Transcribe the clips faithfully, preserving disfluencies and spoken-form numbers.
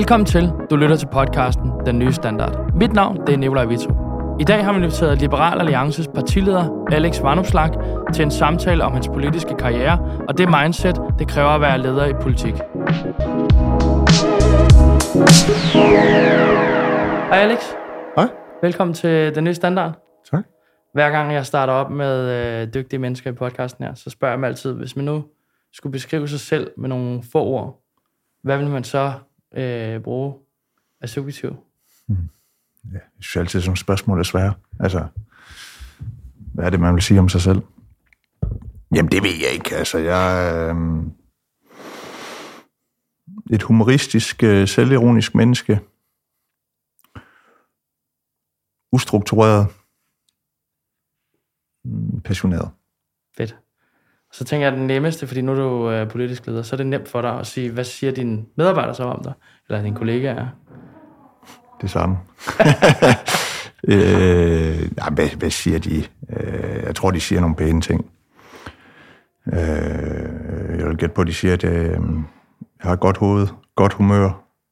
Velkommen til. Du lytter til podcasten Den Nye Standard. Mit navn det er Nikolaj Vittrup. I dag har vi inviteret Liberal Alliances partileder Alex Vanopslagh til en samtale om hans politiske karriere og det mindset, det kræver at være leder i politik. Hej Alex. Hej. Velkommen til Den Nye Standard. Tak. Hver gang jeg starter op med øh, dygtige mennesker i podcasten her, så spørger jeg mig altid, hvis man nu skulle beskrive sig selv med nogle få ord, hvad vil man så øh, bruge af subjektiv? Hmm. Ja, jeg synes altid, at sådan nogle spørgsmål er svære. Altså, hvad er det, man vil sige om sig selv? Jamen, det ved jeg ikke. Altså, jeg er øh, et humoristisk, øh, selvironisk menneske. Ustruktureret. Passioneret. Fedt. Så tænker jeg, at det nemmeste, fordi nu er du øh, politisk leder, så er det nemt for dig at sige, hvad siger dine medarbejdere så om dig? Eller dine kollegaer? Det samme. øh, nej, hvad, hvad siger de? Øh, jeg tror, de siger nogle pæne ting. Øh, jeg vil gætte på, at de siger, at øh, jeg har et godt hoved, godt humør,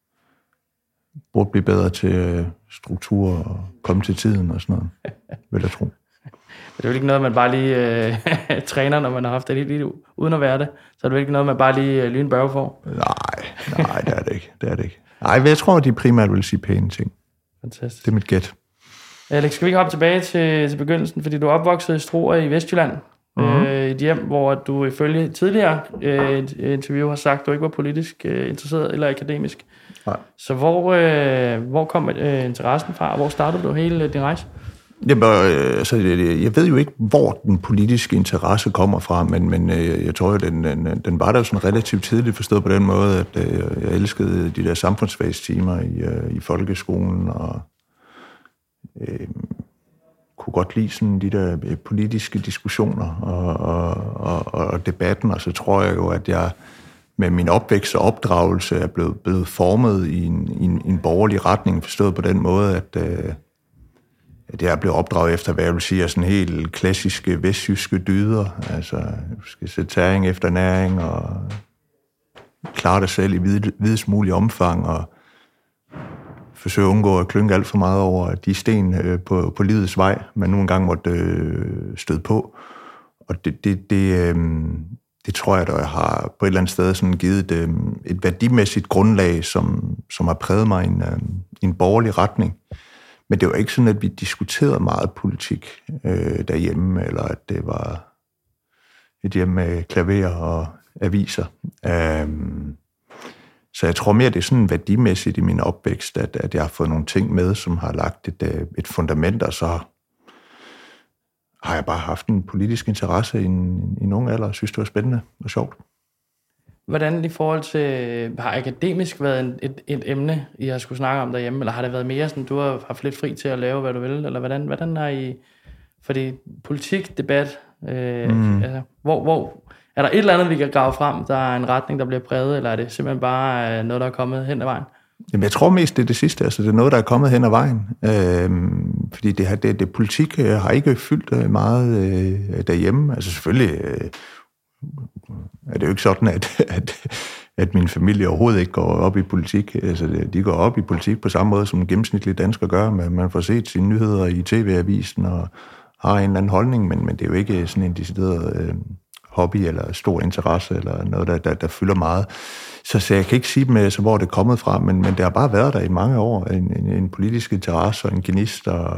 burde blive bedre til øh, struktur og komme til tiden og sådan noget, vil jeg tro. Det er jo ikke noget, man bare lige øh, træner, når man har haft det helt liv, uden at være det. Så er det jo ikke noget, man bare lige øh, lynbørge får. Nej, nej, det er det ikke. Det er det ikke. Nej, jeg tror, at de primært vil sige pæne ting. Fantastisk. Det er mit gæt. Alex, skal vi ikke hoppe tilbage til, til begyndelsen? Fordi du er opvokset i Struer i Vestjylland. Mm-hmm. Øh, et hjem, hvor du ifølge tidligere øh, interview har sagt, at du ikke var politisk øh, interesseret eller akademisk. Nej. Så hvor, øh, hvor kom øh, interessen fra? Hvor startede du hele øh, din rejse? Jamen, altså, jeg ved jo ikke, hvor den politiske interesse kommer fra, men, men jeg tror jo, den, den, den var der sådan relativt tidligt forstået på den måde, at jeg elskede de der samfundsfagstimer i, i folkeskolen, og øh, kunne godt lide sådan de der politiske diskussioner og, og, og, og debatten, og så tror jeg jo, at jeg med min opvækst og opdragelse er blevet, blevet formet i en, i en, en borgerlig retning, forstået på den måde, at øh, det er blevet opdraget efter, hvad jeg vil sige, er sådan helt klassiske vestjyske dyder. Altså, du skal sætte tæring efter næring, og klare dig selv i vid, videst mulig omfang, og forsøge at undgå at klynke alt for meget over de sten øh, på, på livets vej, man nu engang måtte øh, støde på. Og det, det, det, øh, det tror jeg, der har på et eller andet sted sådan givet et, øh, et værdimæssigt grundlag, som, som har præget mig i en, øh, en borgerlig retning. Men det var ikke sådan, at vi diskuterede meget politik øh, derhjemme, eller at det var et hjem med klaver og aviser. Um, så jeg tror mere, det er sådan værdimæssigt i min opvækst, at, at jeg har fået nogle ting med, som har lagt et, et fundament, og så har jeg bare haft en politisk interesse i en, i en ung alder, og synes, det var spændende og sjovt. Hvordan i forhold til, har akademisk været et, et emne, I har skulle snakke om derhjemme, eller har det været mere sådan, du har haft lidt fri til at lave, hvad du vil, eller hvordan, hvordan har I, fordi politik, debat, øh, mm. altså, hvor, hvor, er der et eller andet, vi kan grave frem, der er en retning, der bliver præget, eller er det simpelthen bare noget, der er kommet hen ad vejen? Jamen, jeg tror mest, det er det sidste, altså det er noget, der er kommet hen ad vejen, øhm, fordi det, her, det, det politik har ikke fyldt meget øh, derhjemme, altså selvfølgelig øh, er det jo ikke sådan, at, at, at min familie overhovedet ikke går op i politik. Altså, de går op i politik på samme måde, som en gennemsnitlig dansker gør. Man får set sine nyheder i tv-avisen og har en eller anden holdning, men, men det er jo ikke sådan en decideret øh, hobby eller stor interesse eller noget, der, der, der fylder meget. Så, så jeg kan ikke sige med, så hvor det er kommet fra, men, men det har bare været der i mange år. En, en, en politisk interesse og en gnist og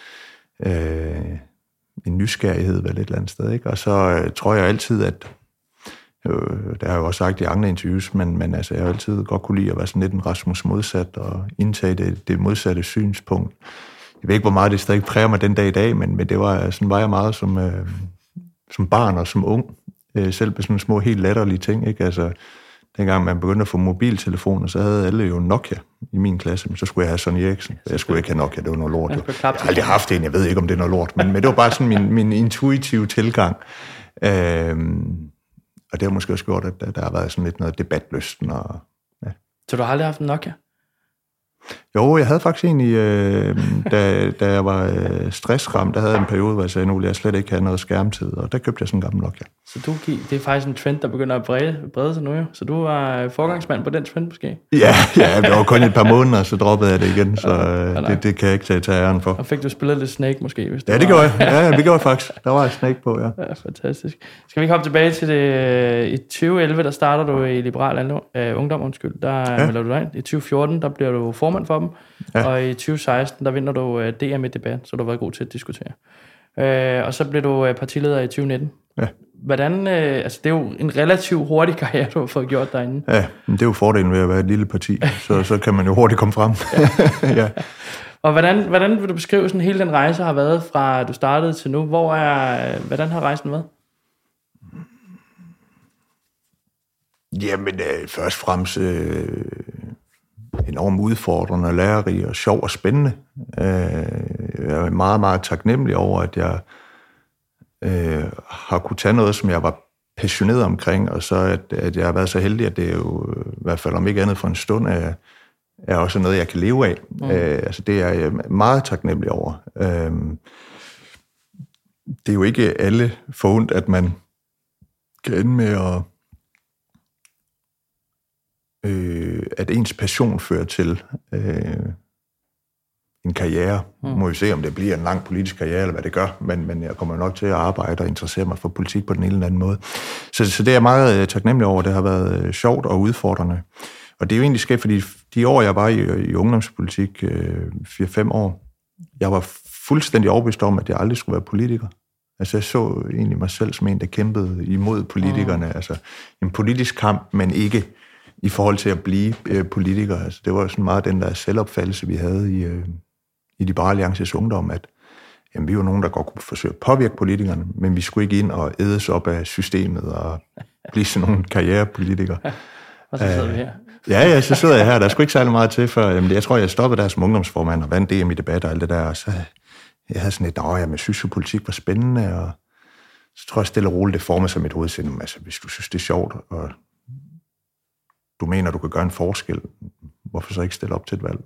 øh, en nysgerrighed vel et eller andet sted. Ikke? Og så øh, tror jeg altid, at øh, det har jeg jo også sagt i andre interviews, men, men altså, jeg har altid godt kunne lide at være sådan lidt en Rasmus modsat og indtage det, det modsatte synspunkt. Jeg ved ikke, hvor meget det stadig præger mig den dag i dag, men, men det var, sådan var jeg meget som, øh, som barn og som ung. Øh, selv på sådan små, helt latterlige ting. Ikke? Altså, dengang man begyndte at få mobiltelefoner, så havde alle jo Nokia i min klasse, men så skulle jeg have Sony Ericsson. Jeg skulle ikke have Nokia, det var noget lort. Jeg har aldrig haft en, jeg ved ikke, om det er noget lort, men, men det var bare sådan min, min intuitive tilgang. Øhm, og det har måske også gjort, at der, der har været sådan lidt noget debatlysten. Og, ja. Så du har aldrig haft en Nokia? Jo, jeg havde faktisk egentlig, øh, da, da jeg var øh, stressramt, der havde jeg en periode, hvor jeg sagde, nu vil jeg slet ikke have noget skærmtid, og der købte jeg sådan en gammel Nokia. Så du, det er faktisk en trend, der begynder at brede, brede sig nu, jo. Så du var forgangsmand på den trend måske? Ja, ja, det var kun et par måneder, så droppede jeg det igen, så øh, det, det kan jeg ikke tage, tage æren for. Og fik du spillet lidt Snake måske? Hvis det ja, det var... gjorde jeg. Ja, det gjorde jeg faktisk. Der var et Snake på, ja. Ja, fantastisk. Skal vi komme tilbage til det? I tyve elleve, der starter du i Liberal uh, Ungdom, undskyld. Der ja. melder du dig ind. I tyve fjorten, der bliver du formand for dem. Ja. Og i tyve seksten, der vinder du uh, D M i debat, så du har været god til at diskutere. Uh, og så blev du uh, partileder i tyve nitten. Ja. Hvordan, uh, altså det er jo en relativt hurtig karriere, du har fået gjort derinde. Ja, men det er jo fordelen ved at være et lille parti, så, så kan man jo hurtigt komme frem. Ja. Og hvordan, hvordan vil du beskrive sådan hele den rejse har været fra du startede til nu? Hvor er, hvordan har rejsen været? Jamen, øh, først og fremmest øh, enormt udfordrende, lærerig og sjov og spændende. Øh, jeg er meget, meget taknemmelig over, at jeg øh, har kunne tage noget, som jeg var passioneret omkring, og så at, at jeg har været så heldig, at det er jo i hvert fald om ikke andet for en stund, er, er også noget, jeg kan leve af. Mm. Øh, altså, det er jeg meget taknemmelig over. Øh, det er jo ikke alle forundt, at man kan ende med at Øh, at ens passion fører til øh, en karriere. Mm. Må vi se, om det bliver en lang politisk karriere, eller hvad det gør, men, men jeg kommer nok til at arbejde og interessere mig for politik på den ene eller anden måde. Så, så det er jeg meget øh, taknemmelig over. Det har været øh, sjovt og udfordrende. Og det er jo egentlig sket, fordi de år, jeg var i, i ungdomspolitik, øh, fire fem år, jeg var fuldstændig overbevist om, at jeg aldrig skulle være politiker. Altså, jeg så egentlig mig selv som en, der kæmpede imod politikerne. Mm. Altså, en politisk kamp, men ikke i forhold til at blive øh, politiker. Altså, det var sådan meget den der selvopfattelse, vi havde i, øh, i Liberal Alliances Ungdom, at jamen, vi var nogen, der godt kunne forsøge at påvirke politikerne, men vi skulle ikke ind og ædes op af systemet og blive sådan nogle karrierepolitikere. Og så sidder vi her. Ja, ja, så sidder jeg her. Der er sgu ikke særlig meget til, for jamen, jeg tror, jeg stoppede der som ungdomsformand og vandt D M i debat og alt det der, og så jeg havde sådan et, åh, jamen, jeg synes jo, politik var spændende, og så tror jeg stille og roligt, det former sig mit hovedsind. Altså, hvis du synes, det er sjovt, og du mener, du kan gøre en forskel, hvorfor så ikke stille op til et valg?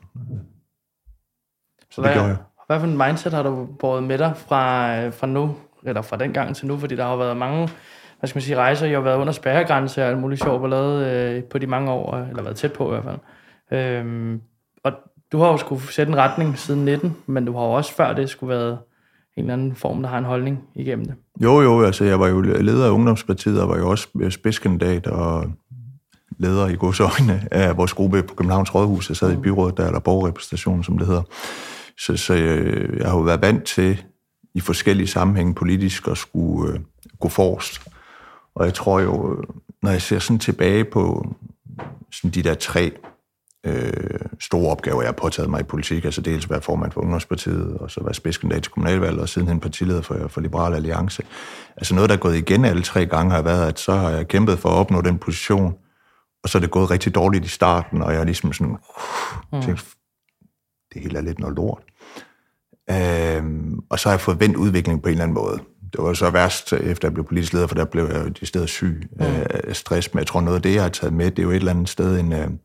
Så hvad, det gjorde jeg. Hvad for en mindset har du båret med dig fra, fra nu, eller fra den gang til nu? Fordi der har været mange, hvad skal man sige, rejser. Jeg har været under spærregrænse og alt muligt sjovt var lavet øh, på de mange år, eller været tæt på i hvert fald. Øhm, og du har jo skulle sætte en retning siden nitten, men du har jo også før det skulle været en eller anden form, der har en holdning igennem det. Jo, jo, altså jeg var jo leder af Ungdomspartiet, og var jo også spidskandidat og leder i godsøjne af vores gruppe på Københavns Rådhus. Jeg sad i byrådet der, eller borgerrepræsentationen, som det hedder. Så, så jeg, jeg har jo været vant til i forskellige sammenhænge politisk at skulle øh, gå forrest. Og jeg tror jo, når jeg ser sådan tilbage på sådan de der tre øh, store opgaver, jeg har påtaget mig i politik, altså dels være formand for Ungdomspartiet, og så være spidskandidat til kommunalvalget, og sidenhen partileder for, for Liberal Alliance. Altså noget, der er gået igen alle tre gange, har været, at så har jeg kæmpet for at opnå den position, og så er det gået rigtig dårligt i starten, og jeg har ligesom sådan uh, tænkt, det hele er lidt noget lort. Øhm, og så har jeg fået vendt udviklingen på en eller anden måde. Det var så værst, efter jeg blev politisk leder, for der blev jeg jo de steder syg mm. af stress. Men jeg tror, noget af det, jeg har taget med, det er jo et eller andet sted en... Øh,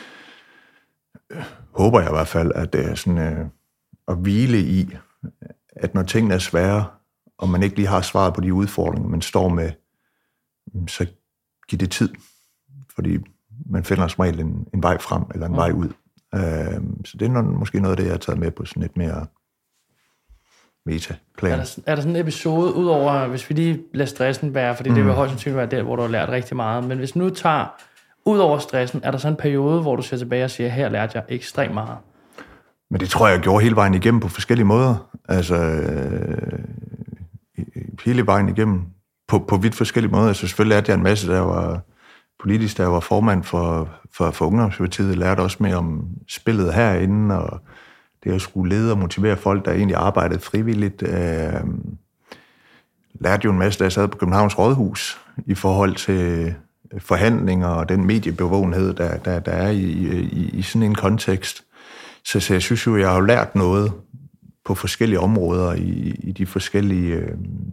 håber jeg i hvert fald, at det er sådan øh, at hvile i, at når tingene er svære, og man ikke lige har svaret på de udfordringer, man står med, så giv det tid. Fordi man finder som regel en, en vej frem, eller en mm. vej ud. Øh, så det er noget, måske noget af det, jeg har taget med på sådan lidt mere metaplan. Er der, er der sådan en episode, udover, hvis vi lige lader stressen være, fordi mm. det vil højst sandsynligt være der, hvor du har lært rigtig meget, men hvis nu tager, ud over stressen, er der sådan en periode, hvor du ser tilbage og siger, her lærte jeg ekstremt meget? Men det tror jeg, jeg gjorde hele vejen igennem på forskellige måder. Altså, øh, hele vejen igennem på, på vidt forskellige måder. Altså, selvfølgelig lærte jeg en masse, der var politisk, der var formand for, for, for Ungdomspartiet, lærte også mere om spillet herinde, og det at skulle lede og motivere folk, der egentlig arbejdede frivilligt. Øh, lærte jo en masse, da jeg sad på Københavns Rådhus, i forhold til forhandlinger og den mediebevågenhed, der, der, der er i, i, i sådan en kontekst. Så, så jeg synes jo, jeg har lært noget på forskellige områder i, i de forskellige øh,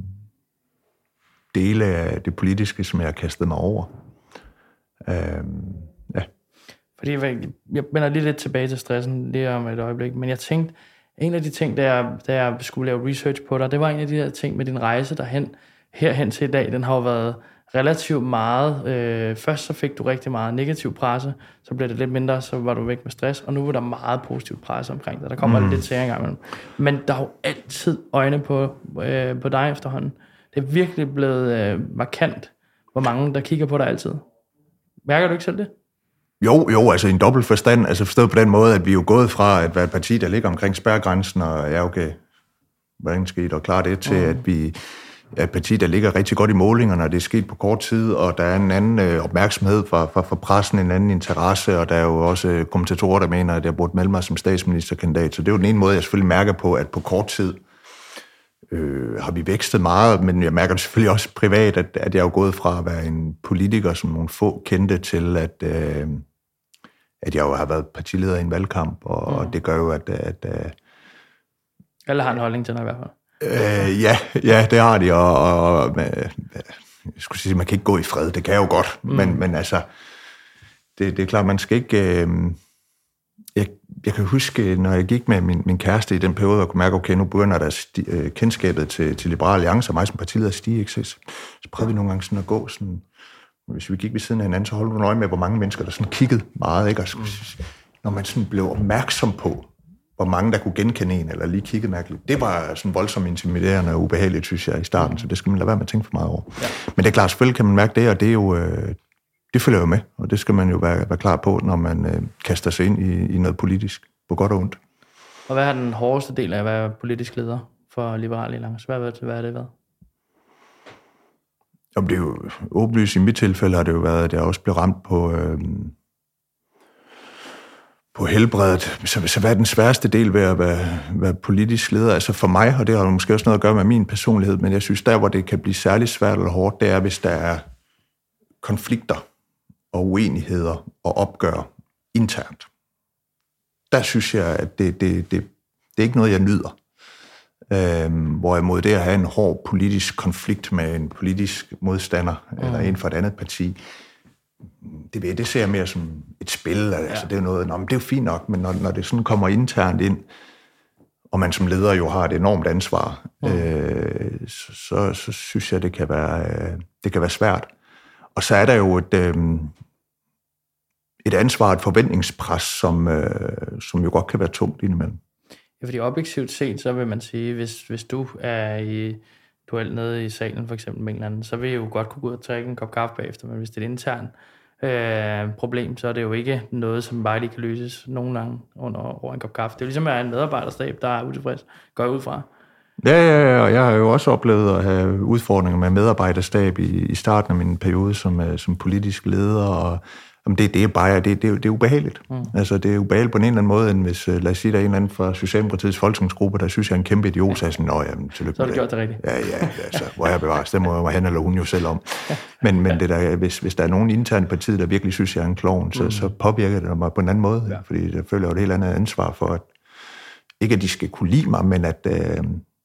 dele af det politiske, som jeg har kastet mig over. Øh, ja. Fordi jeg, jeg vender lige lidt tilbage til stressen lige om et øjeblik, men jeg tænkte, en af de ting, da jeg, da jeg skulle lave research på dig, det var en af de der ting med din rejse derhen, herhen til i dag, den har jo været relativt meget. Øh, først så fik du rigtig meget negativ presse, så blev det lidt mindre, så var du væk med stress, og nu var der meget positiv presse omkring dig. Der kommer mm. lidt til en gang imellem. Men der er jo altid øjne på, øh, på dig efterhånden. Det er virkelig blevet øh, markant, hvor mange der kigger på dig altid. Mærker du ikke selv det? Jo, jo, altså i en dobbelt forstand, altså forstået på den måde, at vi er jo gået fra at være et parti, der ligger omkring spærregrænsen, og ja, okay, hvordan skete der klare det, til mm. at vi er et parti, der ligger rigtig godt i målingerne, og det er sket på kort tid, og der er en anden øh, opmærksomhed fra, fra, fra pressen, en anden interesse, og der er jo også kommentatorer, der mener, at jeg burde melde mig som statsministerkandidat. Så det er jo den ene måde, jeg selvfølgelig mærker på, at på kort tid øh, har vi vækstet meget, men jeg mærker selvfølgelig også privat, at, at jeg er jo gået fra at være en politiker, som nogle få kendte, til at, øh, at jeg jo har været partileder i en valgkamp, og, mm. og det gør jo, at... at, at Alle har en holdning til dig i hvert fald. Øh, ja, ja, det har de, og, og jeg skulle sige, man kan ikke gå i fred, det kan jeg jo godt, mm. men, men altså, det, det er klart, man skal ikke, øh, jeg, jeg kan huske, når jeg gik med min, min kæreste i den periode, og kunne mærke, okay, nu begynder der sti, øh, kendskabet til, til Liberal Alliance, og mig som partileder stige, ikke? Så, så prøvede vi nogle gange sådan at gå sådan, hvis vi gik ved siden af hinanden, så holdt vi nøje med, hvor mange mennesker, der sådan kiggede meget, ikke? Og så, mm. når man sådan blev opmærksom på, hvor mange der kunne genkende en, eller lige kigge mærkeligt. Det var sådan voldsomt intimiderende og ubehageligt, synes jeg, i starten, mm. så det skal man lade være med at tænke for meget over. Ja. Men det er klart, selvfølgelig kan man mærke det, og det er jo, øh, det følger jo med, og det skal man jo være, være klar på, når man øh, kaster sig ind i, i noget politisk, på godt og ondt. Og hvad er den hårdeste del af at være politisk leder for Liberal Alliance? Hvad, hvad har det været? Jamen, det er jo åbenlyst. I mit tilfælde har det jo været, at jeg også blev ramt på... Øh, på helbredet. Så, så hvad er den sværeste del ved at være, være politisk leder? Altså for mig, og det har måske også noget at gøre med min personlighed, men jeg synes, der hvor det kan blive særligt svært eller hårdt, det er, hvis der er konflikter og uenigheder og opgør internt. Der synes jeg, at det, det, det, det er ikke noget, jeg nyder. Øhm, hvorimod det at have en hård politisk konflikt med en politisk modstander, mm. eller en fra et andet parti, Det, det ser jeg mere som et spil, altså ja. Det er noget, nå, men det er jo fint nok, men når, når det sådan kommer internt ind, og man som leder jo har et enormt ansvar, mm. øh, så, så, så synes jeg, det kan være, øh, det kan være svært. Og så er der jo et, øh, et ansvar, et forventningspres, som, øh, som jo godt kan være tungt indimellem. Ja, fordi objektivt set, så vil man sige, hvis, hvis du er i duel nede i salen, for eksempel med en eller anden, så vil jeg jo godt kunne gå ud og drikke en kop kaffe bagefter, men hvis det er et internt øh, problem, så er det jo ikke noget, som bare lige kan løses nogle gange under, over en kop kaffe. Det er jo ligesom at have en medarbejderstab, der er utilfreds, går jeg ud fra. Ja, ja, ja, og jeg har jo også oplevet at have udfordringer med medarbejderstab i, i starten af min periode som, som politisk leder, og jamen det, det er bare, det, det, det er ubehageligt. Mm. Altså, det er ubehageligt på en eller anden måde, end hvis, lad os sige, der er en eller anden fra Socialdemokratiets folketingsgruppe, der synes, jeg er en kæmpe idiot, så er sådan, nå jamen, tillykke. Så har du gjort det rigtigt. Ja, ja, altså, hvor jeg bevares, det må han eller hun jo selv om. Men, men det der, hvis, hvis der er nogen internt i partiet, der virkelig synes, jeg er en klovn, så, mm. så påvirker det mig på en anden måde, ja. Fordi jeg føler jo et helt andet ansvar for, at ikke at de skal kunne lide mig, men at, øh,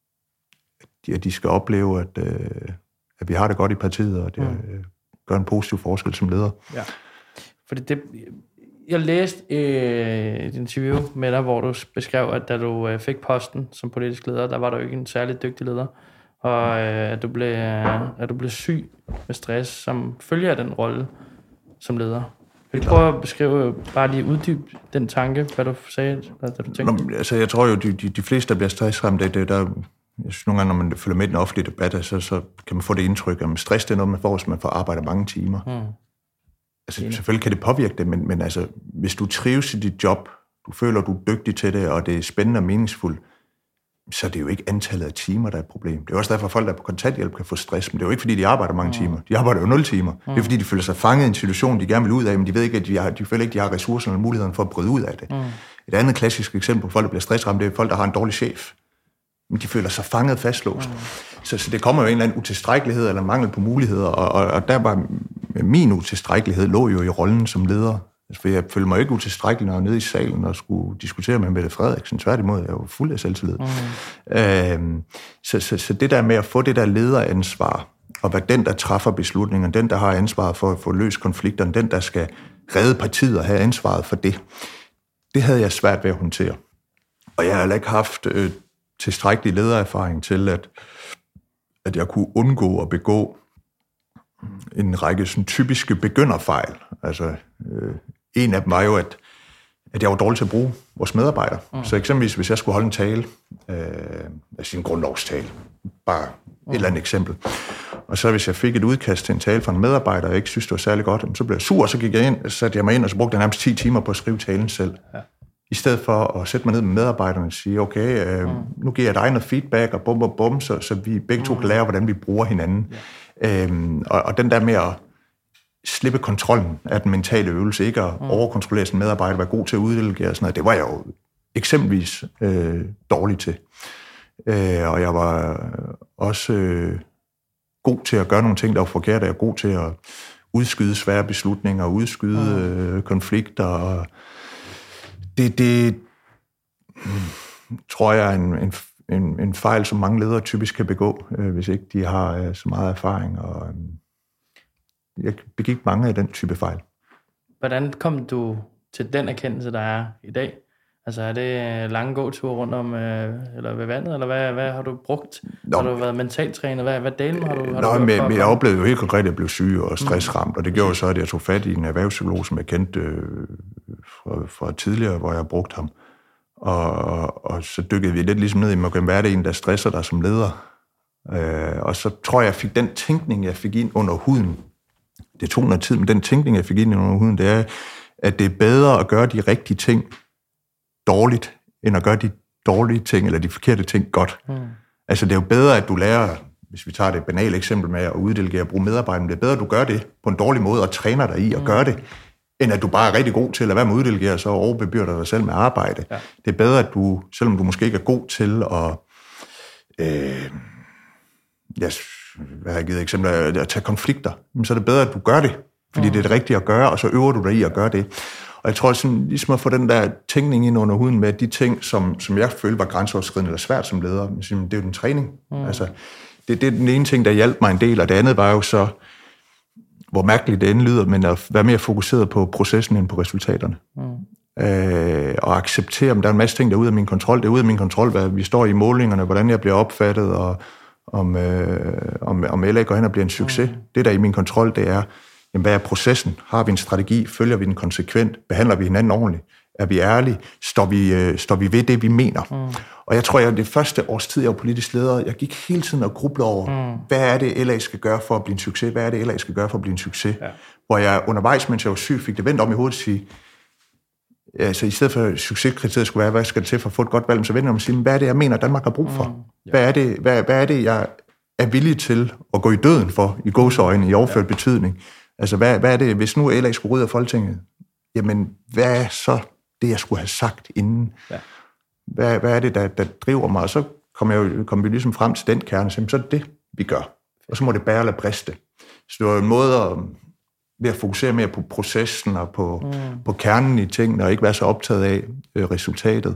at de skal opleve, at, øh, at vi har det godt i partiet, og det mm. gør en positiv forskel som leder. Ja. Fordi det, jeg læste øh, et interview med dig, hvor du beskrev, at da du øh, fik posten som politisk leder, der var du ikke en særlig dygtig leder, og øh, at, du blev, øh, at du blev syg med stress, som følger af den rolle som leder. Vil du prøve at beskrive, bare lige uddybe den tanke, hvad du sagde, hvad du tænkte? Nå, altså, jeg tror jo, de, de, de fleste, der bliver stressramt, det, det der, jeg synes nogle gange, når man følger med i den offentlige debat, så, så kan man få det indtryk, at stress det er noget, man får, hvis man får arbejde mange timer. Hmm. Altså, selvfølgelig kan det påvirke det, men, men altså, hvis du trives i dit job, du føler, du er dygtig til det, og det er spændende og meningsfuldt, så er det jo ikke antallet af timer, der er et problem. Det er også derfor, at folk, der er på kontanthjælp, kan få stress, men det er jo ikke, fordi de arbejder mange timer. De arbejder jo nul timer. Mm. Det er, fordi de føler sig fanget i en situation, de gerne vil ud af, men de ved ikke, at de, har, de føler ikke, at de har ressourcerne og muligheden for at bryde ud af det. Mm. Et andet klassisk eksempel på folk, der bliver stressramt, det er folk, der har en dårlig chef. Men de føler sig fanget fastlåst. Mm. Så, så det kommer jo en eller anden utilstrækkelighed eller mangel på muligheder, og, og, og der var min utilstrækkelighed lå jo i rollen som leder. For jeg følte mig ikke utilstrækkelig, når jeg var nede i salen og skulle diskutere med Mette Frederiksen. Tværtimod, jeg var fuld af selvtillid. Mm. Øhm, så, så, så det der med at få det der lederansvar, og være den, der træffer beslutningen, den, der har ansvaret for at få løst konflikterne, den, der skal redde partiet og have ansvaret for det. Det havde jeg svært ved at håndtere. Og jeg har heller ikke haft øh, tilstrækkelig ledererfaring til, at, at jeg kunne undgå at begå en række sådan, typiske begynderfejl. Altså, øh, en af dem var jo, at, at jeg var dårlig til at bruge vores medarbejdere. Mm. Så eksempelvis, hvis jeg skulle holde en tale, øh, altså en grundlovstale, bare mm. et eller andet eksempel, og så hvis jeg fik et udkast til en tale fra en medarbejder, og jeg ikke synes, det var særlig godt, så blev jeg sur, og så gik jeg ind, og satte jeg mig ind, og så brugte jeg nærmest ti timer på at skrive talen selv. Ja. I stedet for at sætte mig ned med medarbejderne og sige, okay, øh, mm. nu giver jeg dig noget feedback, og bum, bum, bum, så, så vi begge to kan lære, hvordan vi bruger hinanden. Yeah. Øhm, og, og den der med at slippe kontrollen af den mentale øvelse, ikke at mm. overkontrollere sin medarbejder, være god til at uddelegere og sådan noget, det var jeg jo eksempelvis øh, dårlig til. Øh, og jeg var også øh, god til at gøre nogle ting, der var forkerte. Jeg var god til at udskyde svære beslutninger, udskyde mm. øh, konflikter. Og det, det tror jeg er en, en, en, en fejl, som mange ledere typisk kan begå, øh, hvis ikke de har øh, så meget erfaring. Og, øh, jeg begik mange af den type fejl. Hvordan kom du til den erkendelse, der er i dag? Altså er det lange gåture rundt om, øh, eller ved vandet, eller hvad, hvad har du brugt? Nå, har du været mentaltræner? Hvad, hvad delen har du, har nå, du men, men jeg oplevede jo helt konkret, at jeg blev syg og stressramt, og det gjorde så, at jeg tog fat i en erhvervspsykolog, som jeg kendte øh, fra, fra tidligere, hvor jeg brugte ham. Og, og så dykkede vi lidt ligesom ned i, hvad er det en, der stresser dig som leder? Øh, og så tror jeg, jeg fik den tænkning, jeg fik ind under huden. Det tog noget tid, men den tænkning, jeg fik ind under huden, det er, at det er bedre at gøre de rigtige ting dårligt, end at gøre de dårlige ting, eller de forkerte ting godt. Mm. Altså, det er jo bedre, at du lærer, hvis vi tager det banale eksempel med at uddelegere og bruge medarbejdere, det er bedre, at du gør det på en dårlig måde, og træner dig i at mm. gøre det, end at du bare er rigtig god til at lade være med at uddelegere, så overbebyrder dig selv med arbejde. Ja. Det er bedre, at du, selvom du måske ikke er god til at, øh, jeg, hvad har jeg givet eksempler, at tage konflikter, så er det bedre, at du gør det, fordi mm. det er det rigtige at gøre, og så øver du dig i at gøre det. Og jeg tror, sådan, ligesom at få den der tænkning ind under huden med de ting, som, som jeg følte var grænseoverskridende eller svært som leder, det er jo den træning. Mm. Altså, det, det er den ene ting, der hjalp mig en del, og det andet var jo så, hvor mærkeligt det end lyder, men at være mere fokuseret på processen end på resultaterne. Mm. Øh, og acceptere, om der er en masse ting, der er ude af min kontrol. Det er ude af min kontrol, hvad vi står i målingerne, hvordan jeg bliver opfattet, og om, øh, om, om L A går hen og bliver en succes. Mm. Det, der er i min kontrol, det er, jamen, hvad er processen? Har vi en strategi? Følger vi den konsekvent? Behandler vi hinanden ordentligt? Er vi ærlige? Står vi, øh, står vi ved det, vi mener? Mm. Og jeg tror, at det første års tid, jeg var politisk leder, jeg gik hele tiden og grublede over, mm. hvad er det, L A skal gøre for at blive en succes? Hvad er det, L A skal gøre for at blive en succes? Ja. Hvor jeg undervejs, mens jeg var syg, fik det vendt om i hovedet og sige, altså i stedet for succeskriteriet skulle være, hvad skal det til for at få et godt valg, så vendte jeg om og sige, hvad er det, jeg mener, Danmark har brug for? Mm. Ja. Hvad, er det, hvad, hvad er det, jeg er villig til at gå i døden for, i gåseøjne, i overført ja. betydning? Altså, hvad, hvad er det, hvis nu L A skulle rydde af Folketinget? Jamen, hvad er så det, jeg skulle have sagt inden? Ja. Hvad, hvad er det, der, der driver mig? Og så kom, jeg jo, kom vi ligesom frem til den kerne, så er det det, vi gør. Og så må det bære eller briste. Så det var en måde at, ved at fokusere mere på processen og på, mm. på kernen i tingene, og ikke være så optaget af øh, resultatet.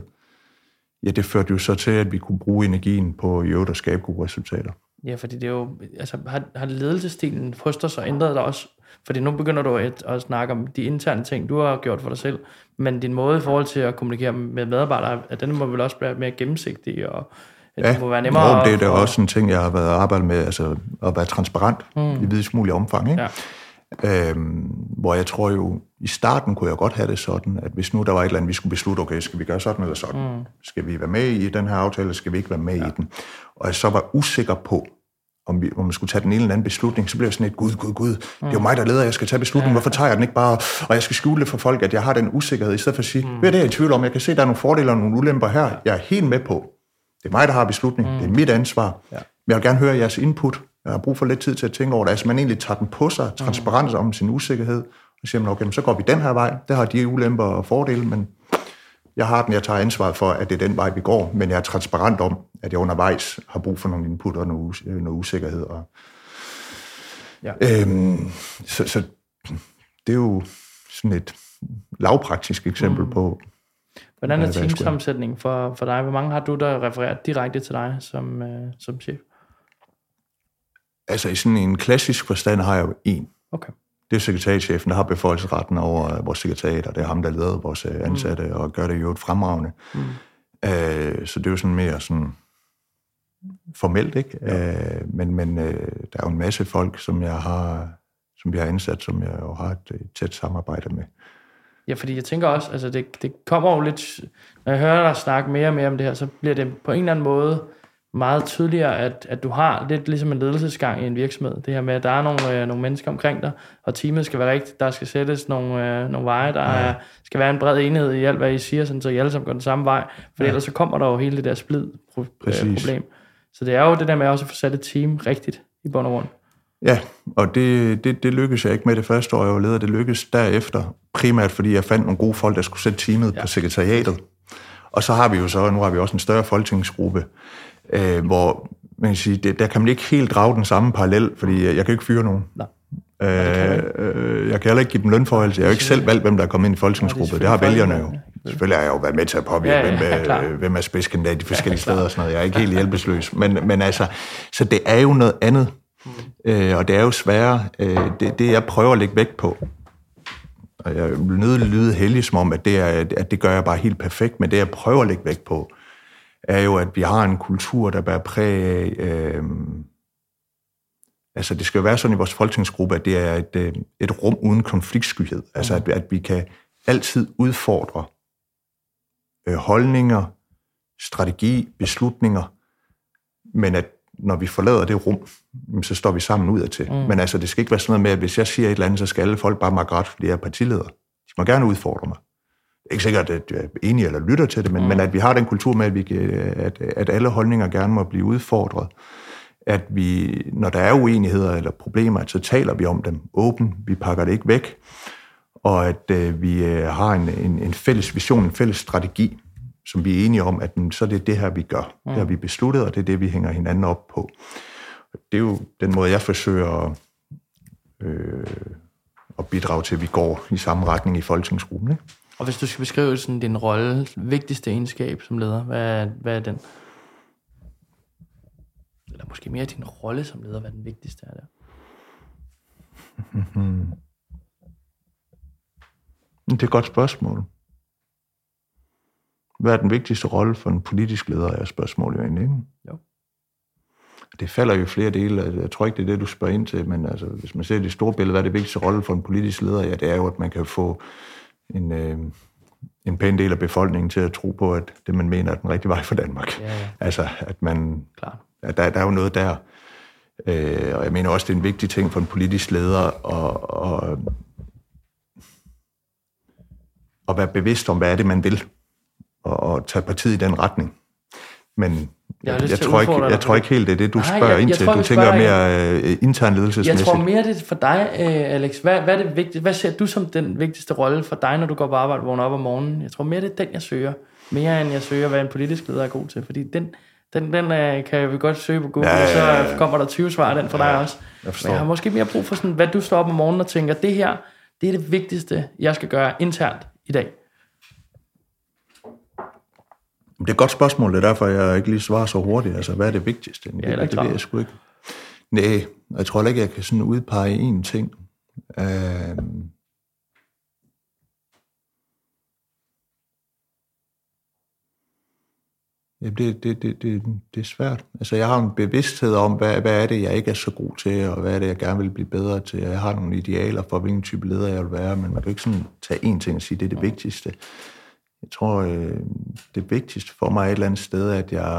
Ja, det førte jo så til, at vi kunne bruge energien på i øvrigt at skabe gode resultater. Ja, fordi det er jo, altså har, har ledelsestilen hos dig så ændret dig også? Fordi nu begynder du at, at snakke om de interne ting, du har gjort for dig selv, men din måde i forhold til at kommunikere med medarbejdere, at den må vel også være mere gennemsigtig, og ja, det må være nemmere. Jo, det er da også en ting, jeg har været arbejdet med, altså at være transparent mm. i videst mulig omfang, ikke? Ja. Øhm, hvor jeg tror jo, i starten kunne jeg godt have det sådan, at hvis nu der var et eller andet, vi skulle beslutte, okay, skal vi gøre sådan eller sådan? Mm. Skal vi være med i den her aftale, eller skal vi ikke være med ja. i den? Og jeg så var usikker på, om, vi, om man skulle tage den ene eller anden beslutning, så blev jeg sådan et, gud, gud, gud, det er jo mig, der leder, jeg skal tage beslutningen, hvorfor tager jeg den ikke bare, og jeg skal skjule det for folk, at jeg har den usikkerhed, i stedet for at sige, mm. hvad er det, jeg er i tvivl om, jeg kan se, der er nogle fordele og nogle ulemper her, jeg er helt med på, det er mig, der har beslutningen, mm. det er mit ansvar, ja. Men jeg vil gerne høre jeres input, jeg har brug for lidt tid til at tænke over det, altså man egentlig tager den på sig, transparens om sin usikkerhed, og siger man, okay, så går vi den her vej, der har de ulemper og fordele, men jeg har den, jeg tager ansvaret for, at det er den vej, vi går, men jeg er transparent om, at jeg undervejs har brug for nogle input og noget, noget usikkerhed. Og, ja. øhm, så, så det er jo sådan et lavpraktisk eksempel mm. på... Hvordan er teamsammensætningen for, for dig? Hvor mange har du, der refererer direkte til dig som, øh, som chef? Altså i sådan en klassisk forstand har jeg jo en. Okay. Det er sekretariatschefen, der har beføjelsesretten over vores sekretariat, og det er ham, der leder vores ansatte, mm. og gør det jo et fremragende. Mm. Øh, så det er jo sådan mere sådan formelt, ikke? Ja. Øh, men men øh, der er jo en masse folk, som jeg har, som vi har ansat, som jeg jo har et, et tæt samarbejde med. Ja, fordi jeg tænker også, altså det, det kommer jo lidt, når jeg hører dig snakke mere og mere om det her, så bliver det på en eller anden måde meget tydeligere, at, at du har lidt ligesom en ledelsesgang i en virksomhed. Det her med, at der er nogle, øh, nogle mennesker omkring dig, og teamet skal være rigtigt, der skal sættes nogle, øh, nogle veje, der ja. er, skal være en bred enhed i alt, hvad I siger, sådan, så I alle sammen går den samme vej, for ja. ellers så kommer der jo hele det der splid-problem. Så det er jo det der med også at få sat et team rigtigt i bund og grund. Ja, og det, det, det lykkedes jeg ikke med det første år, jeg var leder. Det lykkedes derefter, primært fordi jeg fandt nogle gode folk, der skulle sætte teamet ja. på sekretariatet. Og så har vi jo så, nu har vi også en større folketingsgruppe, øh, hvor man kan sige, det, der kan man ikke helt drage den samme parallel, fordi jeg, jeg kan ikke fyre nogen. Nej. Øh, øh, jeg kan heller ikke give dem lønforholdelse. Jeg har jo ikke selv valgt, hvem der er kommet ind i folketingsgruppen. Det, det har vælgerne jo. Selvfølgelig har jeg jo været med til at påvirke, ja, ja, hvem, ja, hvem er spidskandidat de forskellige ja, steder og sådan noget. Jeg er ikke helt hjælpeløs. Men, men altså, så det er jo noget andet. Mm. Øh, og det er jo sværere. Øh, det, det jeg prøver at lægge vægt på, og jeg vil nødt til at lyde heldig som om, at det, er, at det gør jeg bare helt perfekt, men det jeg prøver at lægge vægt på, er jo, at vi har en kultur, der bærer præg af... Øh, altså, det skal jo være sådan i vores folketingsgruppe, at det er et, et rum uden konfliktskyhed. Altså, at, at vi kan altid udfordre øh, holdninger, strategi, beslutninger, men at når vi forlader det rum, så står vi sammen udadtil. Mm. Men altså, det skal ikke være sådan noget med, at hvis jeg siger et eller andet, så skal alle folk bare makke ret, fordi jeg er partileder. De må gerne udfordre mig. Det er ikke sikkert, at jeg er enig eller lytter til det, men, mm. men at vi har den kultur med, at, vi, at, at alle holdninger gerne må blive udfordret. At vi, når der er uenigheder eller problemer, så taler vi om dem åbent. Vi pakker det ikke væk. Og at øh, vi øh, har en, en, en fælles vision, en fælles strategi, som vi er enige om, at så er det det her, vi gør. Mm. Det har vi besluttet, og det er det, vi hænger hinanden op på. Det er jo den måde, jeg forsøger at, øh, at bidrage til, at vi går i samme retning i folketingsgruppen. Ikke? Og hvis du skal beskrive sådan din rolle, vigtigste egenskab som leder, hvad er, hvad er den? Eller måske mere din rolle som leder, hvad den vigtigste er der? Mm-hmm. Det er et godt spørgsmål. Hvad er den vigtigste rolle for en politisk leder, er spørgsmålet jo egentlig, ikke? Jo. Det falder jo flere dele. Jeg tror ikke, det er det, du spørger ind til, men altså, hvis man ser det store billede, hvad er det vigtigste rolle for en politisk leder? Ja, det er jo, at man kan få en, øh, en pæn del af befolkningen til at tro på, at det, man mener, er den rigtige vej for Danmark. Ja, ja. Altså, at man... Klar. At der, der er jo noget der. Øh, og jeg mener også, det er en vigtig ting for en politisk leder at, at, at være bevidst om, hvad er det, man vil, og, og tage partiet i den retning. Men jeg, jeg, jeg, tror, ikke, jeg tror ikke helt, det er det, du Nej, spørger jeg, ind til. Du tænker mere uh, intern ledelsesmæssigt. Jeg tror mere, det er for dig, uh, Alex. Hvad, hvad er det vigtigt? Hvad ser du som den vigtigste rolle for dig, når du går på arbejde og vågner op om morgenen? Jeg tror mere, det er den, jeg søger. Mere end jeg søger, hvad en politisk leder er god til. Fordi den... Den, den uh, kan vi godt søge på Google, ja, ja, ja, ja. Og så kommer der tyve svar den for ja, dig også. Jeg Men jeg har måske mere brug for sådan, hvad du står op om morgenen og tænker, det her, det er det vigtigste, jeg skal gøre internt i dag. Det er et godt spørgsmål, det er derfor, jeg ikke lige svarer så hurtigt. Altså, hvad er det vigtigste? Ja, det, det, det ved jeg sgu ikke. Nej, jeg tror ikke, jeg kan sådan udpege én ting. Uh... Ja, det, det, det, det, det er svært. Altså, jeg har en bevidsthed om, hvad, hvad er det, jeg ikke er så god til, og hvad er det, jeg gerne vil blive bedre til. Jeg har nogle idealer for, hvilken type leder jeg vil være, men man kan ikke sådan tage én ting og sige, det er det vigtigste. Jeg tror, det vigtigste for mig er et eller andet sted, at jeg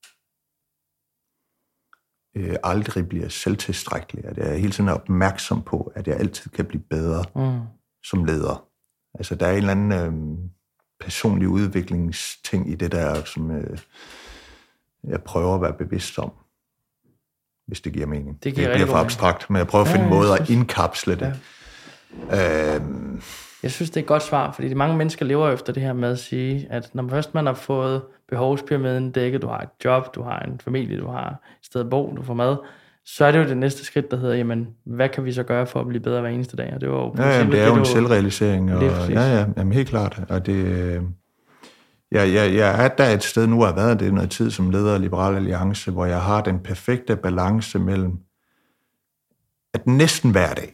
øh, aldrig bliver selvtilstrækkelig. At jeg er hele tiden opmærksom på, at jeg altid kan blive bedre mm. som leder. Altså, der er en eller anden... Øh, personlig udviklingsting i det der, som øh, jeg prøver at være bevidst om, hvis det giver mening. Det, giver det bliver for abstrakt, men jeg prøver at finde ja, måder at indkapsle det. Ja. Øhm. Jeg synes, det er et godt svar, fordi mange mennesker lever efter det her med at sige, at når først man har fået behovspyramiden dækket, du har et job, du har en familie, du har et sted at bo, du får mad, så er det jo det næste skridt, der hedder, jamen, hvad kan vi så gøre for at blive bedre hver eneste dag? Og det var jo ja, jamen, det er jo en selvrealisering. Og, ja, ja, jamen, helt klart. Og det, jeg, jeg, jeg er der et sted nu, har været det noget tid som leder af Liberal Alliance, hvor jeg har den perfekte balance mellem at næsten hver dag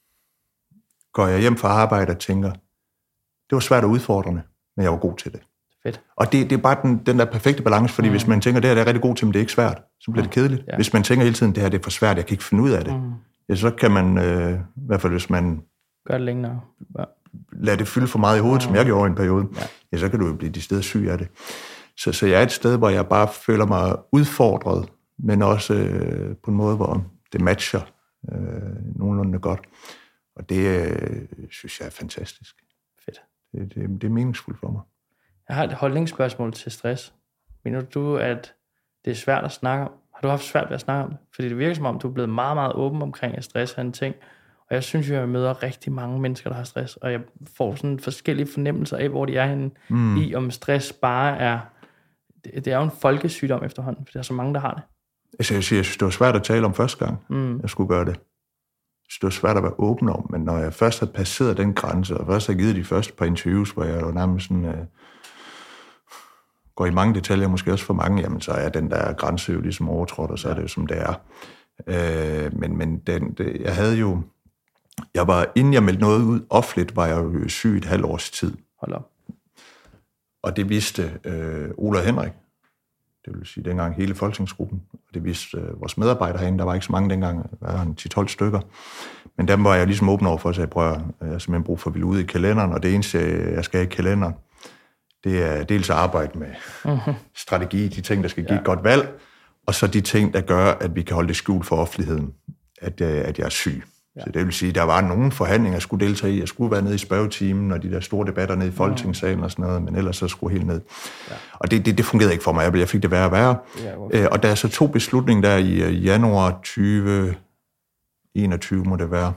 går jeg hjem fra arbejde og tænker, det var svært og udfordrende, men jeg var god til det. Fedt. Og det, det er bare den, den der perfekte balance, fordi mm. hvis man tænker, det her det er rigtig god til, men det er ikke svært, så bliver mm. det kedeligt. Ja. Hvis man tænker hele tiden, det her det er for svært, jeg kan ikke finde ud af det, mm. ja, så kan man, øh, i hvert fald hvis man gør det længere. Ja. Lader det fylde for meget i hovedet, mm. som jeg gjorde over en periode, ja. Ja, så kan du jo blive de steder syg af det. Så, så jeg er et sted, hvor jeg bare føler mig udfordret, men også øh, på en måde, hvor det matcher øh, nogenlunde godt. Og det øh, synes jeg er fantastisk. Fedt. Det, det, det er meningsfuldt for mig. Jeg har et holdningsspørgsmål til stress. Mener du, at det er svært at snakke om? Har du haft svært ved at snakke om det? Fordi det virker som om, du er blevet meget, meget åben omkring, at stress er en ting. Og jeg synes jo, at jeg møder rigtig mange mennesker, der har stress. Og jeg får sådan forskellige fornemmelser af, hvor de er henne mm. i, om stress bare er... Det, det er jo en folkesygdom efterhånden, for der er så mange, der har det. Altså, jeg, siger, jeg synes, det var svært at tale om første gang, mm. jeg skulle gøre det. Jeg synes, det var svært at være åben om, men når jeg først havde passeret den grænse, og først havde givet de første par interviews, hvor jeg jo nærmest sådan... Øh, går i mange detaljer, måske også for mange, jamen så er den der grænse jo ligesom overtrådt, og så er det jo som det er. Øh, men men den, det, jeg havde jo... Jeg var, inden jeg meldte noget ud offentligt, var jeg jo syg et halvt års tid. Hold op. Og det vidste øh, Ola og Henrik, det vil sige dengang hele folketingsgruppen, og det vidste øh, vores medarbejdere herinde, der var ikke så mange dengang, der var en ti tolv stykker. Men dem var jeg ligesom åben over for, at jeg prøver, jeg har simpelthen brug for at ville ud i kalenderen, og det eneste, jeg skal have i kalenderen, det er dels at arbejde med uh-huh. strategi, de ting, der skal give ja. et godt valg, og så de ting, der gør, at vi kan holde det skjult for offentligheden, at, at jeg er syg. Ja. Så det vil sige, at der var nogle forhandlinger, jeg skulle deltage i. Jeg skulle være nede i spørgetimen, og de der store debatter nede i Folketingssalen og sådan noget, men ellers så skulle helt ned. Ja. Og det, det, det fungerede ikke for mig. Jeg fik det værre og værre. Ja, og da jeg så tog beslutningen der i januar tyve enogtyve, må det være.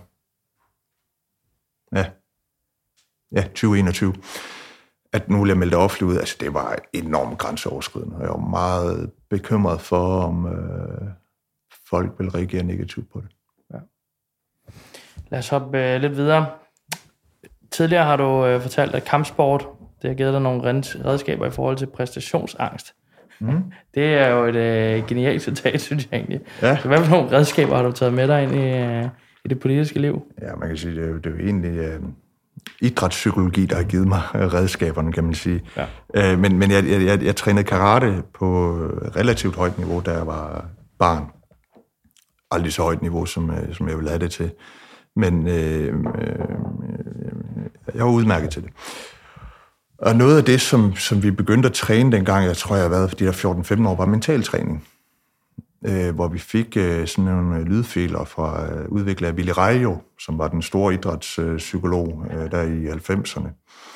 Ja, ja tyve enogtyve. At nu ville jeg melde det offentligt ud. Altså, det var enormt grænseoverskridende, og jeg var meget bekymret for, om øh, folk ville reagere negativt på det. Ja. Lad os hoppe øh, lidt videre. Tidligere har du øh, fortalt, at kampsport, det har givet dig nogle redskaber i forhold til præstationsangst. Mm. Det er jo et øh, genialt citat, synes jeg egentlig. Ja. Så hvad for nogle redskaber har du taget med dig ind i, øh, i det politiske liv? Ja, man kan sige, det er, det er jo egentlig... Øh, idrætspsykologi, der har givet mig redskaberne, kan man sige. Ja. Øh, men men jeg, jeg, jeg trænede karate på relativt højt niveau, da jeg var barn. Aldrig så højt niveau, som, som jeg ville have det til. Men øh, øh, jeg var udmærket til det. Og noget af det, som, som vi begyndte at træne dengang, jeg tror, jeg har været for de der fjorten femten år, var mentaltræning. Øh, hvor vi fik øh, sådan nogle lydfiler fra øh, udvikler af Willy Rejo, som var den store idrætspsykolog øh, der i halvfemserne.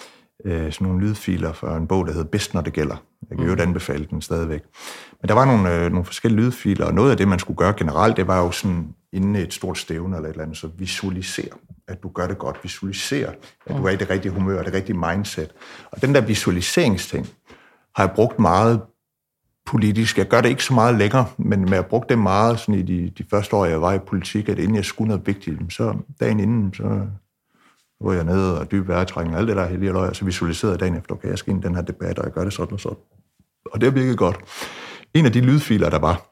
Øh, sådan nogle lydfiler fra en bog, der hed Bedst, når det gælder. Jeg kan jo mm. anbefale den stadigvæk. Men der var nogle, øh, nogle forskellige lydfiler, og noget af det, man skulle gøre generelt, det var jo sådan inden et stort stævne eller et eller andet, så visualisere, at du gør det godt. Visualisere, at du er i det rigtige humør, det rigtige mindset. Og den der visualiseringsting har jeg brugt meget politisk. Jeg gør det ikke så meget længere, men jeg har brugt det meget sådan i de, de første år, jeg var i politik, at inden jeg skulle noget vigtigt, så dagen inden, så var jeg nede og dyb vejrtrækning og alt det der heldige løg, og så visualiserede jeg dagen efter, okay, jeg skal ind i den her debat, og jeg gør det sådan og sådan. Og det har virket godt. En af de lydfiler, der var,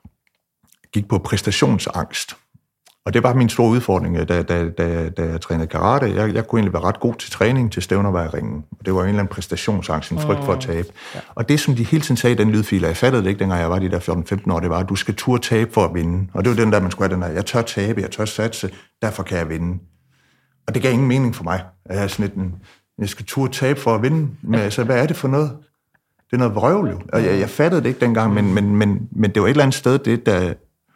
gik på præstationsangst. Og det var min store udfordring, da, da, da, da jeg trænede karate. Jeg, jeg kunne egentlig være ret god til træning, til stævner var i ringen. Og det var en eller anden præstationsangst, en frygt for at tabe. Ja. Og det, som de hele tiden sagde i den lydfil, jeg fattede det ikke, dengang jeg var de der fjorten femten år, det var, at du skal turde tabe for at vinde. Og det var den der, man skulle have den der, jeg tør tabe, jeg tør satse, derfor kan jeg vinde. Og det gav ingen mening for mig. Jeg er sådan lidt en, jeg skal turde tabe for at vinde. Men altså, hvad er det for noget? Det er noget vrøvl jo. Og jeg, jeg fattede det ikke dengang, men, men, men, men det var et eller andet sted, det der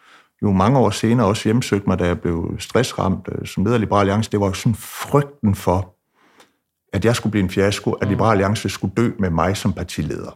jo mange år senere også hjemsøgte mig, da jeg blev stressramt som leder af Liberal Alliance. Det var jo sådan frygten for, at jeg skulle blive en fiasko, at Liberal Alliance skulle dø med mig som partileder.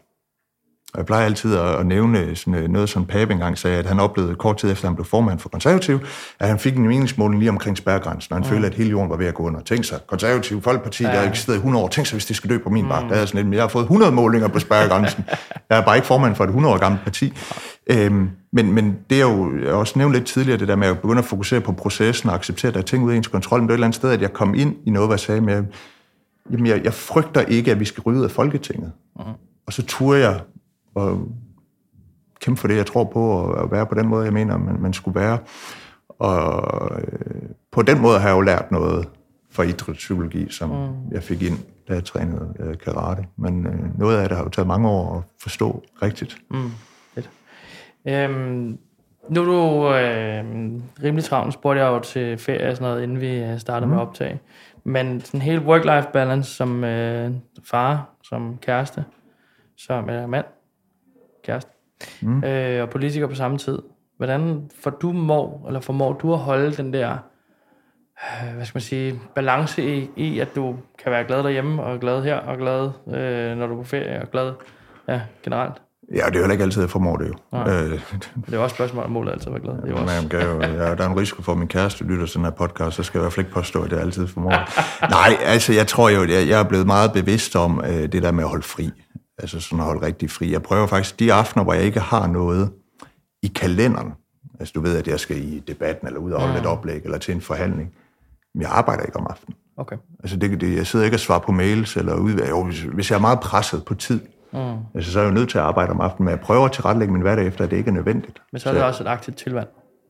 Og jeg plejer altid at nævne sådan noget, som Pape engang sagde, at han oplevede kort tid efter, han blev formand for Konservativ, at han fik en meningsmåling lige omkring spærregrænsen, og han mm. følte, at hele jorden var ved at gå under. Tænk sig, Konservativ Folkeparti, ja. Der har eksisteret i hundrede år, tænk sig, hvis det skal dø på min vagt. Mm. Jeg, sådan lidt, jeg har fået hundrede målinger på spærregrænsen. Jeg er bare ikke formand for et hundrede år gammelt parti. Øhm, men, men det er jo, jeg har også nævnt lidt tidligere, det der med at begynde at fokusere på processen og acceptere, at der er ting ud af ens kontrol, men det er et eller andet sted, at jeg kom ind i noget, hvad jeg sagde med, jamen jeg, jeg frygter ikke, at vi skal ryge ud af Folketinget. Mm. Og så turde jeg og kæmpe for det, jeg tror på, at være på den måde, jeg mener, man, man skulle være. Og øh, på den måde har jeg jo lært noget fra idrætspsykologi, som mm. jeg fik ind, da jeg trænede øh, karate. Men øh, noget af det har jo taget mange år at forstå rigtigt. Mm. Fedt. Øhm, nu er du øh, rimelig travlt, spurgte jeg jo til ferie og sådan noget, inden vi startede mm. med optag. Men sådan hele work-life balance som øh, far, som kæreste, som øh, mand, kæreste, mm. øh, og politiker på samme tid. Hvordan får du må, eller formår du at holde den der, øh, hvad skal man sige, balance i, i, at du kan være glad derhjemme, og glad her, og glad, øh, når du er på ferie, og glad, ja, generelt? Ja, det er jo ikke altid, jeg formår det jo. Øh, det er også et spørgsmål, om målet altid at være glad. Det er også... Man kan jo, ja, der er en risiko for, at min kæreste lytter til den her podcast, så skal jeg i hvert fald ikke påstå, at det altid formår. Nej, altså jeg tror jo, jeg, jeg er blevet meget bevidst om øh, det der med at holde fri. Altså sådan at holde rigtig fri. Jeg prøver faktisk de aftener, hvor jeg ikke har noget i kalenderen. Altså du ved, at jeg skal i debatten, eller ud og holde mm. et oplæg, eller til en forhandling. Men jeg arbejder ikke om aftenen. Okay. Altså det, det, jeg sidder ikke og svarer på mails, eller ud. Jo, hvis, hvis jeg er meget presset på tid, mm. altså, så er jeg jo nødt til at arbejde om aftenen, men jeg prøver at tilrettelægge min hverdag efter, at det ikke er nødvendigt. Men så er det så, også et aktivt tilvalg?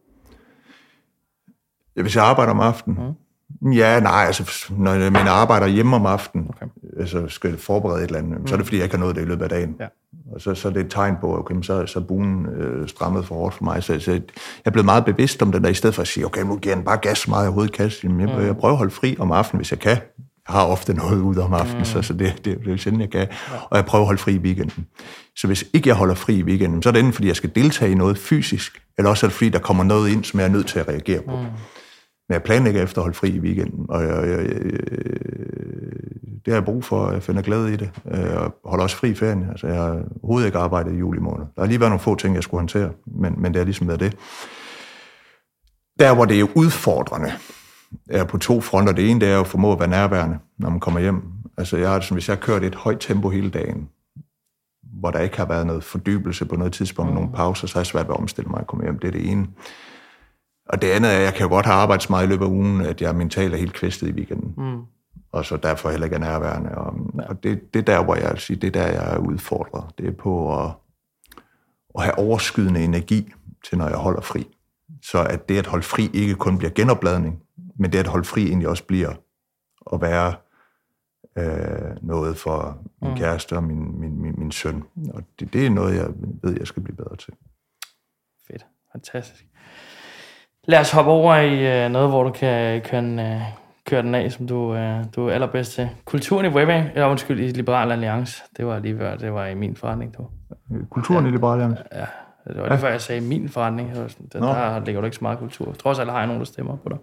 Ja, hvis jeg arbejder om aftenen? Mm. Ja, nej, altså når jeg, når jeg arbejder hjemme om aftenen, okay. altså skal jeg forberede et eller andet, mm. så er det fordi, jeg ikke har nået det i løbet af dagen. Ja. Og så, så er det et tegn på, okay, så, så er buen øh, strammet for hårdt for mig. Så, så jeg er blevet meget bevidst om den der, i stedet for at sige, okay, nu giver den bare gas så meget, jeg overhovedet kan. Jeg, mm. jeg prøver at holde fri om aftenen, hvis jeg kan. Jeg har ofte noget ude om aftenen, mm. så, så det, det, det er jo sjældent, jeg kan. Ja. Og jeg prøver at holde fri i weekenden. Så hvis ikke jeg holder fri i weekenden, så er det enten, fordi jeg skal deltage i noget fysisk, eller også er det, fordi der kommer noget ind, som jeg er nødt til at reagere på. Mm. Men jeg planlægger efter at holde fri i weekenden, og jeg, jeg, jeg, det har jeg brug for, jeg finder glæde i det. Jeg holder også fri i ferien. Altså, jeg har overhovedet ikke arbejdet i juli måned. Der har lige været nogle få ting, jeg skulle håndtere, men, men det har ligesom været det. Der, hvor det er udfordrende, er på to fronter. Det ene, det er at formå at være nærværende, når man kommer hjem. Altså, jeg har det sådan, hvis jeg har kørt et højt tempo hele dagen, hvor der ikke har været noget fordybelse på noget tidspunkt, mm. nogle pauser, så er jeg svært ved at omstille mig at komme hjem. Det er det ene. Og det andet er, at jeg kan jo godt have arbejdet så meget i løbet af ugen, at jeg mentalt er helt kvæstet i weekenden. Mm. Og så derfor heller ikke er nærværende. Og, ja. og det, det er der, hvor jeg vil sige, det er der, jeg er udfordret. Det er på at, at have overskydende energi til, når jeg holder fri. Så at det at holde fri ikke kun bliver genopladning, men det at holde fri egentlig også bliver at være øh, noget for min mm. kæreste og min, min, min, min søn. Og det, det er noget, jeg ved, jeg skal blive bedre til. Fedt. Fantastisk. Lad os hoppe over i uh, noget, hvor du kan køre den, uh, køre den af, som du, uh, du er allerbedst til. Kulturen i Webang, eller undskyld, i Liberal Alliance. Det var lige før, det var i min forretning, du. Kulturen ja. i Liberal Alliance? Ja, det var lige før, jeg sagde min forretning. Der, der ligger jo ikke så meget kultur. Trods alt har jeg nogen, der stemmer på dig.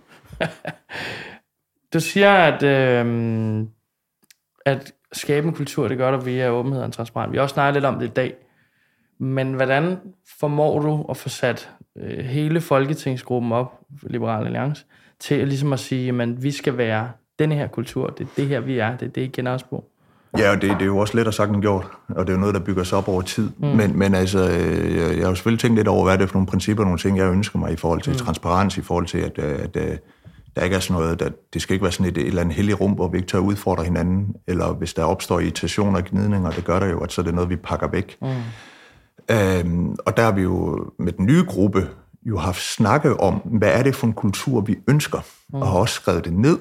Du siger, at, øh, at skabe en kultur, det gør du via åbenhed og transparens. Vi har også snakket lidt om det i dag. Men hvordan formår du at få sat øh, hele folketingsgruppen op, Liberal Alliance, til ligesom at sige, at vi skal være denne her kultur, det er det her, vi er, det er det, I kender os på? Ja, og det, det er jo også let at sagt end gjort, og det er jo noget, der bygger sig op over tid. Mm. Men, men altså, jeg, jeg har jo selvfølgelig tænkt lidt over, hvad det er for nogle principper, nogle ting, jeg ønsker mig i forhold til mm. transparens, i forhold til, at, at, at der ikke er sådan noget, der, det skal ikke være sådan et, et eller andet helligt rum, hvor vi ikke tør udfordre hinanden, eller hvis der opstår irritationer og gnidninger, det gør der jo, at så er det noget, vi pakker væk. Mm. Øhm, og der har vi jo med den nye gruppe jo haft snakke om, hvad er det for en kultur, vi ønsker, mm. og har også skrevet det ned.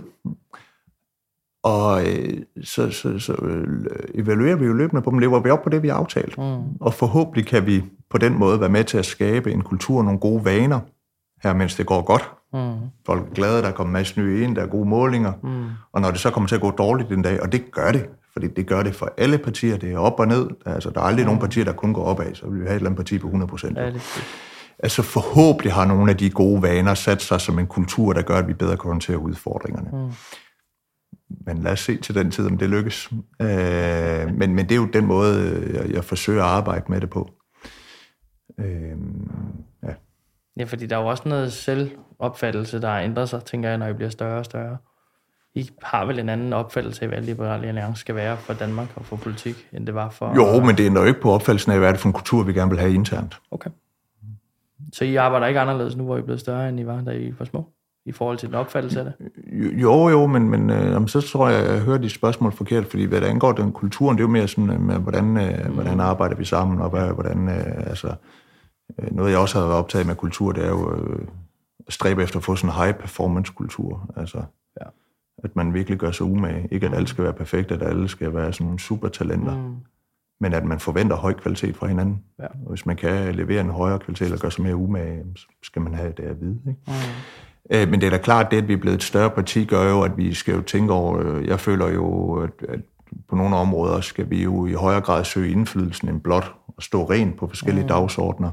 Og øh, så, så, så øh, evaluerer vi jo løbende på dem, lever vi op på det, vi har aftalt. Mm. Og forhåbentlig kan vi på den måde være med til at skabe en kultur og nogle gode vaner, her mens det går godt. Mm. Folk er glade, der kommer en masse nye ind, der er gode målinger. Mm. Og når det så kommer til at gå dårligt den dag, og det gør det, fordi det gør det for alle partier, det er op og ned. Altså, der er aldrig mm. nogen partier, der kun går opad, så vil vi have et eller andet parti på hundrede procent. Ja, altså forhåbentlig har nogle af de gode vaner sat sig som en kultur, der gør, at vi bedre kan håndtere udfordringerne. Mm. Men lad os se til den tid, om det lykkes. Øh, men, men det er jo den måde, jeg, jeg forsøger at arbejde med det på. Øh, ja. Ja, fordi der er jo også noget selvopfattelse, der ændrer sig, tænker jeg, når I bliver større og større. I har vel en anden opfattelse af, hvad Liberal Alliance skal være for Danmark og for politik, end det var for... Jo, men det ændrer jo ikke på opfattelsen af, hvad det for en kultur, vi gerne vil have internt. Okay. Så I arbejder ikke anderledes nu, hvor I er blevet større, end I var, da I var små? I forhold til den opfattelse af det? Jo, jo, men, men øh, så tror jeg, jeg hører de spørgsmål forkert, fordi hvad der angår den kulturen, det er jo mere sådan, med, hvordan, øh, mm. hvordan arbejder vi sammen, og hvad, hvordan, øh, altså, øh, noget jeg også har været optaget med kultur, det er jo øh, stræbe efter at få sådan en high-performance-kultur. Altså, ja. At man virkelig gør sig umage. Ikke at alle skal være perfekte, at alle skal være sådan nogle supertalenter. Mm. Men at man forventer høj kvalitet fra hinanden. Ja. Og hvis man kan levere en højere kvalitet eller gøre sig mere umage, så skal man have det at vide. Ikke? Mm. Øh, men det er da klart, det at vi er blevet et større parti, gør jo, at vi skal jo tænke over... Jeg føler jo, at, at på nogle områder skal vi jo i højere grad søge indflydelsen end blot at stå rent på forskellige mm. dagsordner.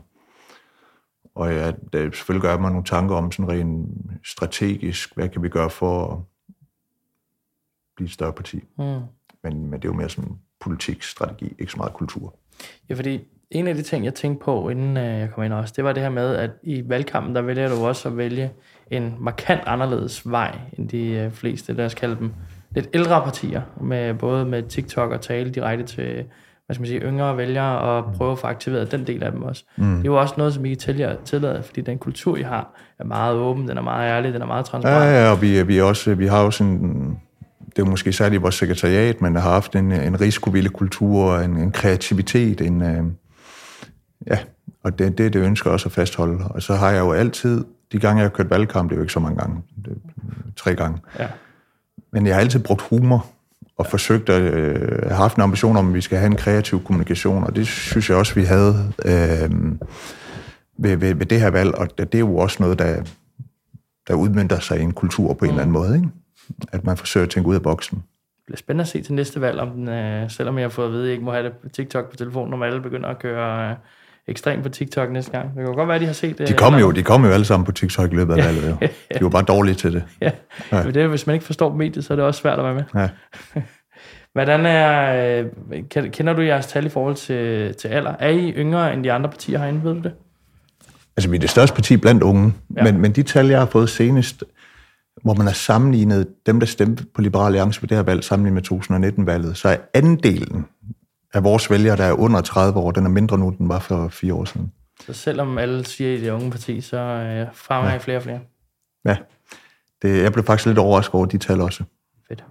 Og ja, det selvfølgelig gør mig nogle tanker om sådan rent strategisk, hvad kan vi gøre for at blive et større parti. Mm. Men, men det er jo mere sådan politikstrategi, ikke så meget kultur. Ja, fordi en af de ting, jeg tænkte på, inden jeg kom ind også, det var det her med, at i valgkampen, der vælger du også at vælge en markant anderledes vej, end de fleste, lad os kalde dem, lidt ældre partier, med både med TikTok og tale direkte til, hvad skal man sige, yngre vælgere, og prøve at få aktiveret den del af dem også. Mm. Det er jo også noget, som I kan tillade, fordi den kultur, I har, er meget åben, den er meget ærlig, den er meget transparent. Ja, ja, og vi, vi, også, vi har også en... Det er måske særligt vores sekretariat, men der har haft en, en risikovillig kultur, en, en kreativitet, en, øh, ja, og det, det, det ønsker jeg også at fastholde. Og så har jeg jo altid, de gange jeg har kørt valgkamp, det er jo ikke så mange gange, det er tre gange, ja. Men jeg har altid brugt humor, og ja. forsøgt at øh, have haft en ambition om, at vi skal have en kreativ kommunikation, og det synes jeg også, vi havde øh, ved, ved, ved det her valg, og det er jo også noget, der, der udmønter sig i en kultur på en mm. eller anden måde, ikke? At man forsøger at tænke ud af boksen. Det bliver spændende at se til næste valg, om den, øh, selvom jeg har fået at vide, at jeg ikke må have det på TikTok på telefonen, når alle begynder at køre øh, ekstremt på TikTok næste gang. Det kan godt være, at de har set... Øh, de kommer jo, de kommer jo alle sammen på TikTok i løbet af valget. Jo. De er jo bare dårlige til det. Ja, ja. Men det, hvis man ikke forstår mediet, så er det også svært at være med. Ja. Hvordan er... Øh, kender du jeres tal i forhold til, til alder? Er I yngre end de andre partier herinde, ved du det? Altså, vi er det største parti blandt unge, ja. men, men de tal, jeg har fået senest... hvor man har sammenlignet dem, der stemte på Liberal Alliance på det her valg, sammenlignet med to tusind nitten-valget, så er andelen af vores vælgere, der er under tredive år, den er mindre nu, end den var for fire år siden. Så selvom alle siger i det unge parti, så øh, fremmer I flere og flere? Ja, det, jeg blev faktisk lidt overrasket over de tal også. Fedt.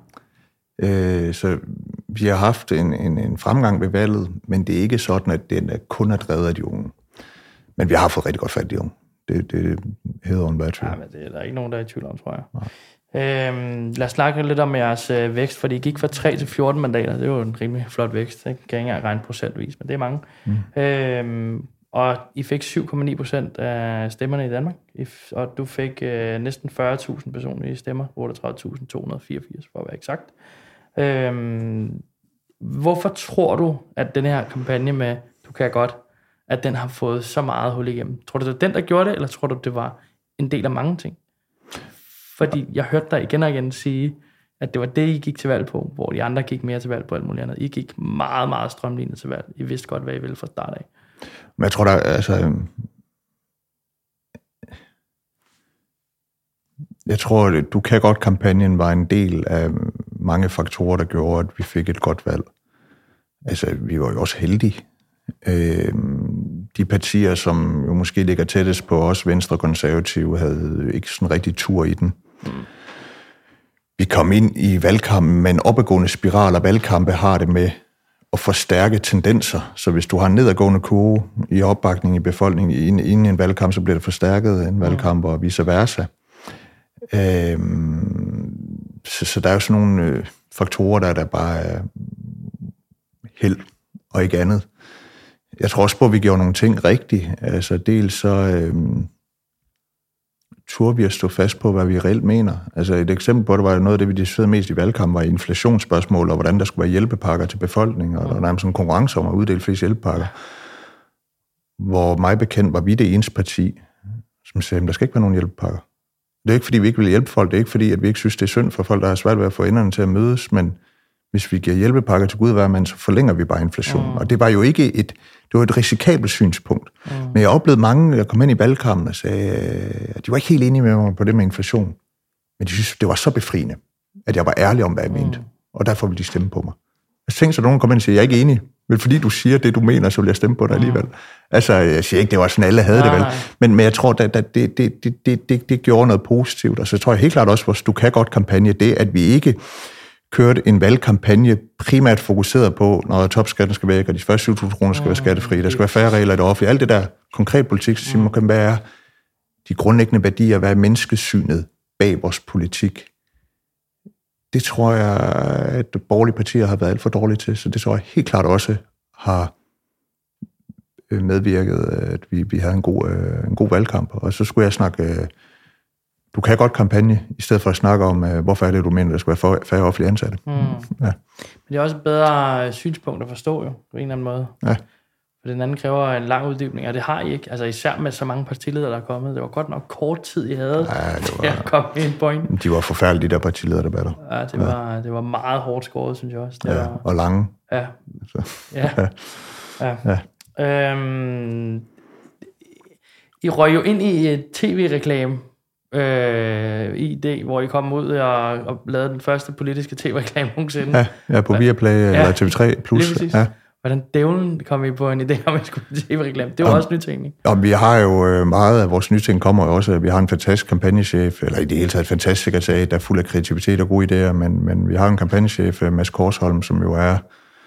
Øh, så vi har haft en, en, en fremgang ved valget, men det er ikke sådan, at den er kun er drevet af de unge. Men vi har fået rigtig godt fat i de unge. Det, det hedder en bad ja, men det er der ikke nogen, der er i tvivl om, tror jeg. Øhm, lad os snakke lidt om jeres øh, vækst, fordi I gik fra tre til fjorten mandater. Det er jo en rimelig flot vækst. Jeg kan ikke engang regne procentvis, men det er mange. Mm. Øhm, og I fik syv komma ni procent af stemmerne i Danmark, og du fik øh, næsten fyrre tusind personlige stemmer, otteogtredive tusind to hundrede og fireogfirs for at være eksakt. Øhm, hvorfor tror du, at den her kampagne med Du kan godt, at den har fået så meget hul igennem? Tror du, det var den, der gjorde det, eller tror du, det var en del af mange ting? Fordi jeg hørte dig igen og igen sige, at det var det, I gik til valg på, hvor de andre gik mere til valg på alt muligt andet. I gik meget, meget strømlignet til valg. I vidste godt, hvad I ville fra start af. Men jeg tror, der altså... Jeg tror, at Du kan godt kampagnen var en del af mange faktorer, der gjorde, at vi fik et godt valg. Altså, vi var jo også heldige. Øh, de partier, som jo måske ligger tættest på os, Venstre og Konservative, havde ikke sådan rigtig tur i den. Mm. Vi kom ind i valgkampen med en opadgående spiral, og valgkampe har det med at forstærke tendenser. Så hvis du har en nedadgående kurve i opbakning i befolkningen inden en valgkamp, så bliver det forstærket en valgkamp og vice versa. Øh, så, så der er jo sådan nogle øh, faktorer, der, der bare er held og ikke andet. Jeg tror også på, at vi gjorde nogle ting rigtigt. Altså dels så øhm, turde vi at stå fast på, hvad vi reelt mener. Altså et eksempel på det var noget af det, vi diskuterede mest i valgkampen, var inflationsspørgsmål, og hvordan der skulle være hjælpepakker til befolkningen, og der var nærmest sådan en konkurrence om at uddele flest hjælpepakker. Hvor mig bekendt var vi det eneste parti, som sagde, at der skal ikke være nogen hjælpepakker. Det er ikke, fordi vi ikke vil hjælpe folk, det er ikke, fordi at vi ikke synes, det er synd for folk, der har svært ved at få enderne til at mødes, men hvis vi giver hjælpepakker til Gud hver mand, så forlænger vi bare inflationen. Mm. Og det var jo ikke et, det var et risikabelt synspunkt. Mm. Men jeg oplevede mange, der kom ind i valgkampen og sagde, at de var ikke helt enige med mig på det med inflation. Men de synes, det var så befriende, at jeg var ærlig om, hvad jeg mente. Mm. Og derfor ville de stemme på mig. Jeg tænkte så, at nogen kom ind og siger, jeg er ikke enig. Men fordi du siger det, du mener, så vil jeg stemme på dig alligevel. Mm. Altså, jeg siger ikke, det var sådan, alle havde nej, det vel. Men, men jeg tror, at det, det, det, det, det, det gjorde noget positivt. Og så tror jeg helt klart også, vores Du kan godt kampagne, det at vi ikke kørte en valgkampagne primært fokuseret på, når topskatten skal væk, og de første syv tusind kroner skal være skattefri, der skal være færre regler i det offentlige. Alt det der konkret politik, så siger man, hvad er de grundlæggende værdier, hvad er menneskesynet bag vores politik, det tror jeg, at borgerlige partier har været alt for dårlige til, så det tror jeg helt klart også har medvirket, at vi, vi havde en god, en god valgkamp. Og så skulle jeg snakke, du kan godt kampagne, i stedet for at snakke om, hvorfor er det, du mener, der skal være færre offentlige ansatte. Mm. Ja. Men det er også et bedre synspunkt at forstå, jo, på en eller anden måde. Ja. For den anden kræver en lang uddybning, og det har I ikke. Altså især med så mange partiledere, der er kommet. Det var godt nok kort tid, I havde ja, det var, til at komme ind på en. De var forfærdelige, de der partilederdebatter. Ja, det var, ja. det var meget hårdt skåret, synes jeg også. Det ja, var, og lange. Ja. Så. Ja. ja. ja. Øhm, I røg jo ind i et tv-reklame, øh, I D, hvor I kom ud og, og lavede den første politiske tv-reklame nogensinde. Ja, ja på Viaplay ja, eller T V tre plus. Ja. Hvordan dævlen kom I på en idé om, at vi skulle tv-reklame? Det var og, også nytænkning. Og vi har jo meget af vores nytænkning kommer jo også, vi har en fantastisk kampagnechef, eller i det hele taget et fantastisk sekretariat, der er fuld af kreativitet og gode idéer, men, men vi har en kampagnechef, Mads Korsholm, som jo er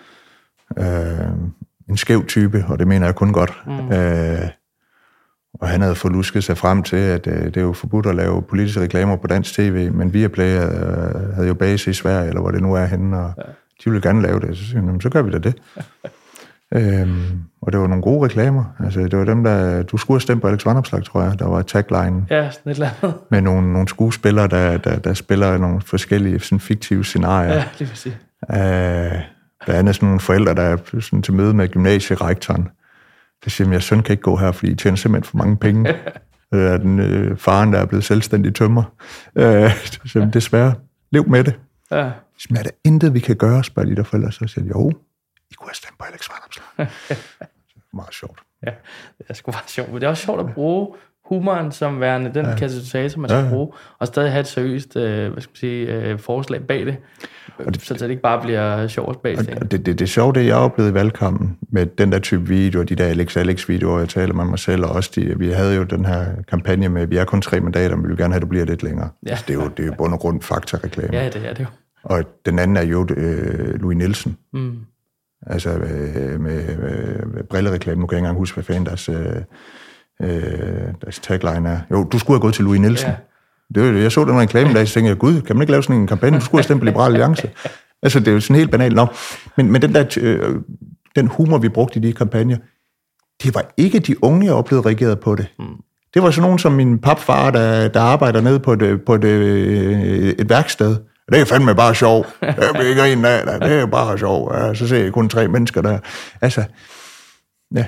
øh, en skæv type, og det mener jeg kun godt. Mm. Øh, og han havde forlusket sig frem til, at øh, det er jo forbudt at lave politiske reklamer på dansk tv, men Viaplay øh, havde jo base i Sverige, eller hvor det nu er henne, og ja. De ville gerne lave det. Så siger jeg, så gør vi da det. øhm, og det var nogle gode reklamer. Altså, det var dem, der... Du skulle have stemt på Alex Vanopslagh, tror jeg. Der var tagline. Ja, sådan et eller andet. Med nogle, nogle skuespillere, der, der, der spiller nogle forskellige sådan fiktive scenarier. Ja, lige præcis. Øh, der er næsten nogle forældre, der er sådan til møde med gymnasierektoren. Der siger, at jeres søn kan ikke gå her, fordi I tjener simpelthen for mange penge. Det er den øh, faren, der er blevet selvstændig tømmer. Øh, så desværre, lev med det. Ja. Men er der intet, vi kan gøre, spørger de der forældre, så siger de, jo, I kunne have stemt på Alex Vanopslagh. Meget sjovt. Ja, det er sgu meget sjovt. Men det er også sjovt at bruge humoren som værende den ja. katalysator, man skal ja, ja. bruge, og stadig have et seriøst øh, hvad skal man sige, øh, forslag bag det, og det, så det ikke bare bliver sjovt bag det. Det, det, det sjove, det jeg oplevede i valgkampen, med den der type videoer, de der Alex Alex-videoer, jeg taler med mig selv, og også de, vi havde jo den her kampagne med, vi er kun tre mandater, men vi vil gerne have, at du bliver lidt længere. Ja. Altså, det er jo det er jo bund og grund faktareklame. Ja, det er det jo. Og den anden er jo øh, Louis Nielsen. Mm. Altså øh, med, med, med brillereklame. Nu kan jeg ikke engang huske, hvad fanden deres, øh, deres tagline er. Jo, du skulle have gået til Louis Nielsen. Ja. Det, jeg så den reklame, der tænkte jeg, gud, kan man ikke lave sådan en kampagne? Du skulle have stemt på Liberal Alliance. Altså, det er jo sådan helt banalt nok. Men, men den der øh, den humor, vi brugte i de kampagner, det var ikke de unge, jeg oplevede reageret på det. Mm. Det var sådan nogen som min papfar, der, der arbejder nede på, et, på et, et værksted. Det er fandme bare sjov. Det er ikke en af, det er bare sjov. Ja, så ser jeg kun tre mennesker der. Altså, ja.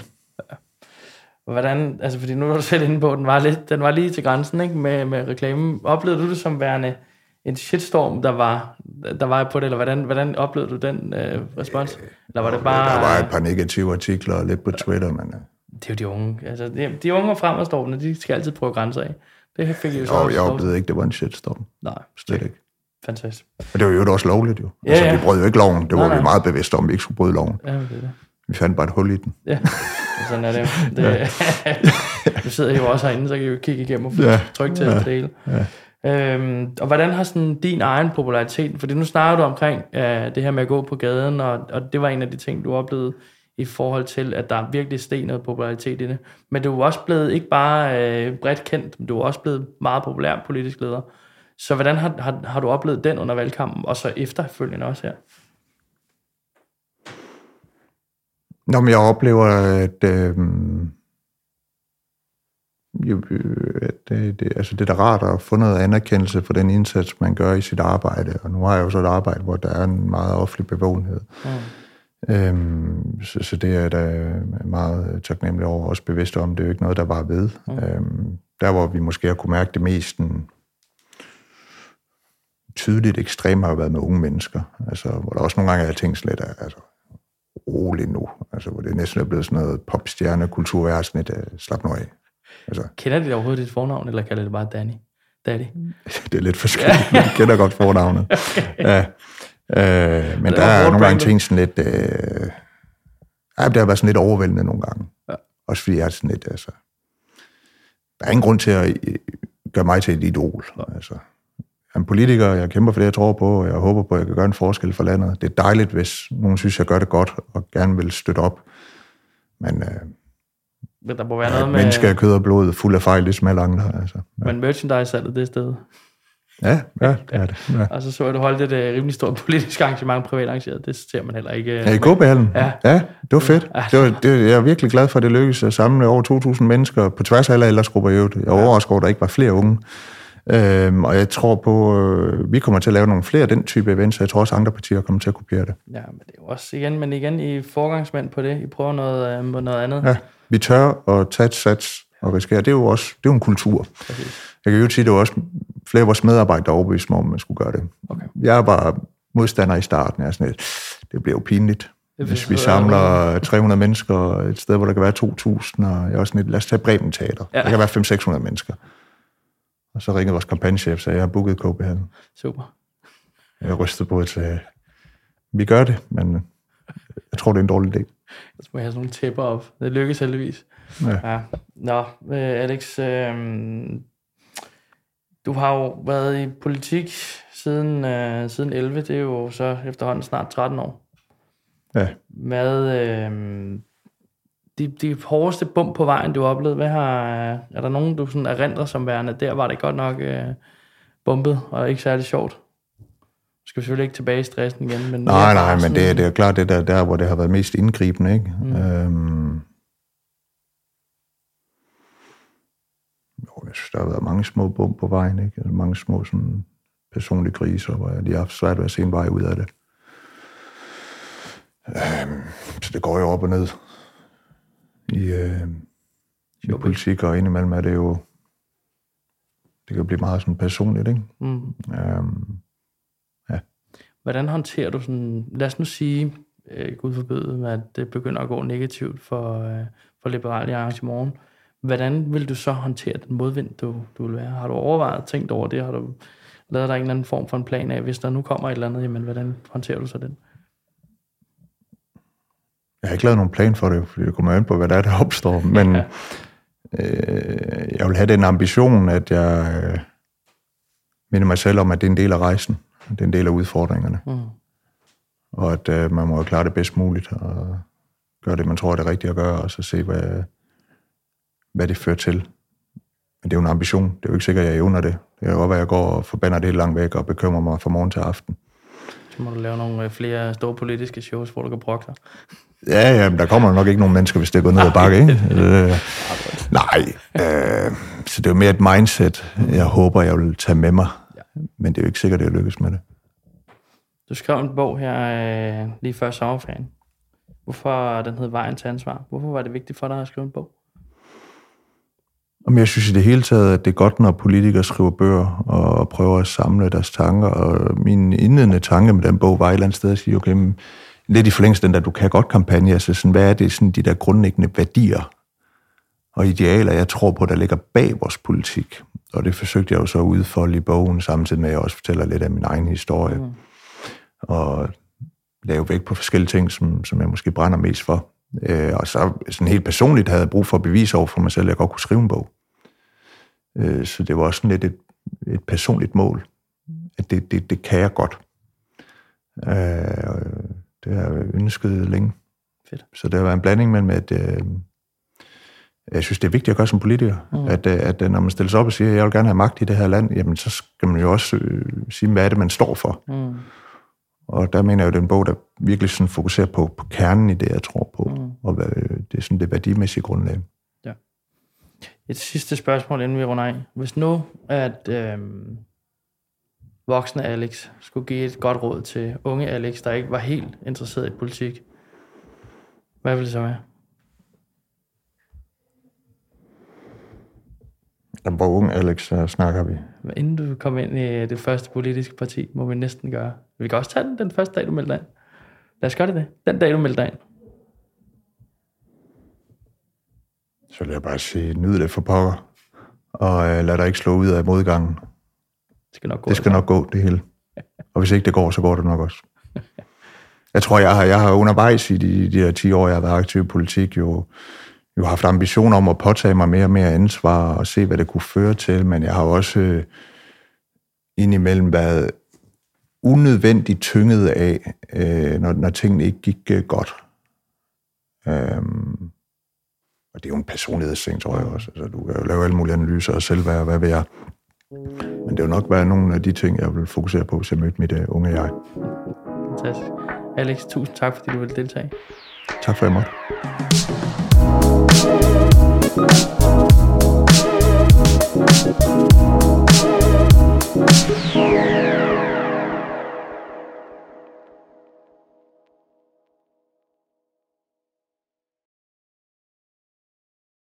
Hvordan, altså fordi nu er du selv inde på, den var lidt, den var lige til grænsen, ikke, med, med reklamen. Oplevede du det som værende en shitstorm, der var, der var på det, eller hvordan, hvordan oplevede du den øh, respons? Eller var det bare... Der var et par negative artikler lidt på Twitter, men... Det er jo de unge. Altså, de, de unge og fremadstående, de skal altid prøve grænser af. Det fik jeg jo så også. Jeg oplevede ikke, det var en shitstorm. Nej. Slet ikke. Fantastisk. Og det var jo også lovligt, jo. Ja, altså, ja. vi brød jo ikke loven. Det var nej, vi nej. meget bevidste om, vi ikke skulle bryde loven. Ja, det er det. Vi fandt bare et hul i den. Ja, sådan er det jo. Det, nu sidder jeg jo også herinde, så kan jeg jo kigge igennem og få ja. tryk til ja. det hele. Ja. Øhm, og hvordan har sådan din egen popularitet, fordi nu snakker du omkring uh, det her med at gå på gaden, og, og det var en af de ting, du oplevede i forhold til, at der virkelig steg noget popularitet i det. Men du er også blevet ikke bare uh, bredt kendt, men du er også blevet meget populær politisk leder. Så hvordan har, har, har du oplevet den under valgkampen, og så efterfølgende også her? Nå, men jeg oplever, at, øh, at det, det, altså det er da rart at få noget anerkendelse for den indsats, man gør i sit arbejde. Og nu har jeg jo så et arbejde, hvor der er en meget offentlig bevågenhed. Mm. Øhm, så, så det er da meget taknemmelig over, også bevidst om, det er jo ikke noget, der var ved. Mm. Øhm, der, hvor vi måske har kunne mærke det mest en, tydeligt ekstrem, har jo været med unge mennesker. Altså, hvor der også nogle gange er tænkt sådan lidt, altså, roligt nu. Altså, hvor det næsten er blevet sådan noget popstjernekultur, jeg har sådan lidt, uh, slap nu af. Altså. Kender de overhovedet dit fornavn, eller kalder det bare Danny? Daddy? Det er lidt forskelligt, men jeg kender godt fornavnet. Ja. Øh, men der er nogle gange ting sådan lidt... Øh, ja, det har været sådan lidt overvældende nogle gange. Ja. Også fordi jeg er sådan lidt, altså... Der er ingen grund til at gøre mig til et idol. Ja. Altså, jeg er en politiker, jeg kæmper for det, jeg tror på, og jeg håber på, at jeg kan gøre en forskel for landet. Det er dejligt, hvis nogen synes, jeg gør det godt, og gerne vil støtte op. Men øh, der må være noget med... Mennesker af kød og blod, fuld af fejl, det smager langt. Altså. Ja. Men merchandise-salget det sted. Ja, ja, det er det. Ja. Og så så jeg, du holdt et uh, rimelig stort politisk arrangement, privat arrangeret. Det ser man heller ikke. Uh, ja, i gåbehallen. Ja. ja, det var fedt. Det var, det, jeg er virkelig glad for, at det lykkedes at samle over to tusind mennesker på tværs af alle aldersgrupper i øvrigt. Jeg er overrasket over, at der ikke var flere unge. Øhm, og jeg tror på, øh, vi kommer til at lave nogle flere af den type events, og jeg tror også, andre partier kommer til at kopiere det. Ja, men det er jo også igen, men igen i forgangsmænd på det. I prøver noget, øh, noget andet. Ja, vi tør at tage et sats og risikere. Det er jo også det er jo en kultur. Præcis. Jeg kan jo sige, at det var også flere af vores medarbejdere, der overbeviste mig om, at man skulle gøre det. Okay. Jeg var modstander i starten. Jeg er sådan et, det bliver jo pinligt, det hvis vi samler tre hundrede mennesker et sted, hvor der kan være to tusind, og jeg er også sådan et, lad os tage Bremen Teater. Ja. Der kan være fem til seks hundrede mennesker. Og så ringede vores kampagnechef, så jeg har booket K B-hallen. Super. Jeg rystede på, at vi gør det, men jeg tror, det er en dårlig idé. Så må jeg have sådan nogle tæpper op. Det lykkes heldigvis. Ja. Ja. Nå, øh, Alex, øh, du har jo været i politik siden, øh, siden elleve. Det er jo så efterhånden snart tretten år. Ja. Hvad... Øh, De, de hårdeste bump på vejen, du har oplevet, hvad har, er der nogen, du sådan erindrer som værende? Der var det godt nok øh, bumpet, og ikke særlig sjovt. Du skal selvfølgelig ikke tilbage i stressen igen. Men nej, nej, men det, det er klart, det der, der, hvor det har været mest indgribende, ikke? Mm. Øhm, jo, jeg synes, der har været mange små bump på vejen, ikke? Altså, mange små sådan, personlige kriser, hvor jeg lige har haft svært ved at se en vej ud af det. Øhm, så det går jo op og ned. I, øh, i politik, og indimellem er det jo, det kan blive meget sådan personligt, ikke? Mm. Øhm, ja. Hvordan håndterer du sådan, lad os nu sige, øh, Gud forbyde, at det begynder at gå negativt for, øh, for Liberal Alliance i morgen. Hvordan vil du så håndtere den modvind, du, du vil være? Har du overvejet, tænkt over det? Har du lavet dig en eller anden form for en plan af, hvis der nu kommer et eller andet, jamen hvordan håndterer du så den? Jeg har ikke lavet nogen plan for det, fordi det kommer an på, hvad der er, der opstår. Men ja. øh, jeg vil have den ambition, at jeg øh, minder mig selv om, at det er en del af rejsen. Det er en del af udfordringerne. Mm. Og at øh, man må klare det bedst muligt, og gøre det, man tror er det rigtige at gøre, og så se, hvad, hvad det fører til. Men det er jo en ambition. Det er jo ikke sikkert, at jeg evner det. Det er jo godt, at jeg går og forbander det helt langt væk, og bekymrer mig fra morgen til aften. Så må du lave nogle flere store politiske shows, hvor du kan brokke dig. Ja, ja, men der kommer nok ikke nogen mennesker, hvis det går ned ad bakke, ikke? øh, nej, øh, så det er jo mere et mindset, jeg håber, jeg vil tage med mig. Men det er jo ikke sikkert, at jeg lykkes med det. Du skrev en bog her øh, lige før sommerferien. Hvorfor den hed Vejen til ansvar? Hvorfor var det vigtigt for dig at skrive en bog? Jamen, jeg synes i det hele taget, at det er godt, når politikere skriver bøger og prøver at samle deres tanker. Og min indledende tanke med den bog var et eller andet sted at sige, okay, lidt i forlængelse den der, du kan godt kampagne, altså sådan, hvad er det, sådan de der grundlæggende værdier og idealer, jeg tror på, der ligger bag vores politik. Og det forsøgte jeg jo så at udfolde i bogen, samtidig med, at jeg også fortæller lidt af min egen historie. Mm. Og lave vægt på forskellige ting, som, som jeg måske brænder mest for. Øh, og så sådan helt personligt havde jeg brug for at bevise over for mig selv, at jeg godt kunne skrive en bog. Øh, så det var også sådan lidt et, et personligt mål, at det, det, det kan jeg godt. Øh, det har jeg ønsket længe. Fedt. Så det har været en blanding mellem, at øh, jeg synes, det er vigtigt at gøre som politiker. Mm. At, at når man stiller sig op og siger, at jeg vil gerne have magt i det her land, jamen så skal man jo også øh, sige, hvad er det, man står for. Mm. Og der mener jeg jo, det er en bog, der virkelig sådan fokuserer på, på kernen i det, jeg tror på. Mm. Og hvad, det er sådan det værdimæssige grundlag. Ja. Et sidste spørgsmål, inden vi runder af. Hvis nu, at øh, voksne Alex skulle give et godt råd til unge Alex, der ikke var helt interesseret i politik, hvad ville det så være? Hvor ung Alex uh, snakker vi? Inden du kom ind i det første politiske parti, må vi næsten gøre. Vi kan også tage den den første dag, du meldte dig ind. Lad os gøre det det. Den dag, du meldte dig ind. Så vil jeg bare sige, nyd det for pokker. Og uh, lad dig ikke slå ud af modgangen. Det skal nok gå. Det skal nok gå, det hele. Og hvis ikke det går, så går det nok også. Jeg tror, jeg har, jeg har undervejs i de, de her ti år, jeg har været aktiv i politik, jo... Jeg har haft ambitioner om at påtage mig mere og mere ansvar og se, hvad det kunne føre til, men jeg har også øh, indimellem været unødvendigt tynget af, øh, når, når tingene ikke gik øh, godt. Øhm, og det er jo en personlighedsting, tror jeg også. Altså, du kan jo lave alle mulige analyser og selv være, hvad vil jeg. Men det vil nok være nogle af de ting, jeg vil fokusere på, hvis jeg mødte mit uh, unge jeg. Fantastisk. Alex, tusind tak, fordi du ville deltage. Tak for, at jeg måtte.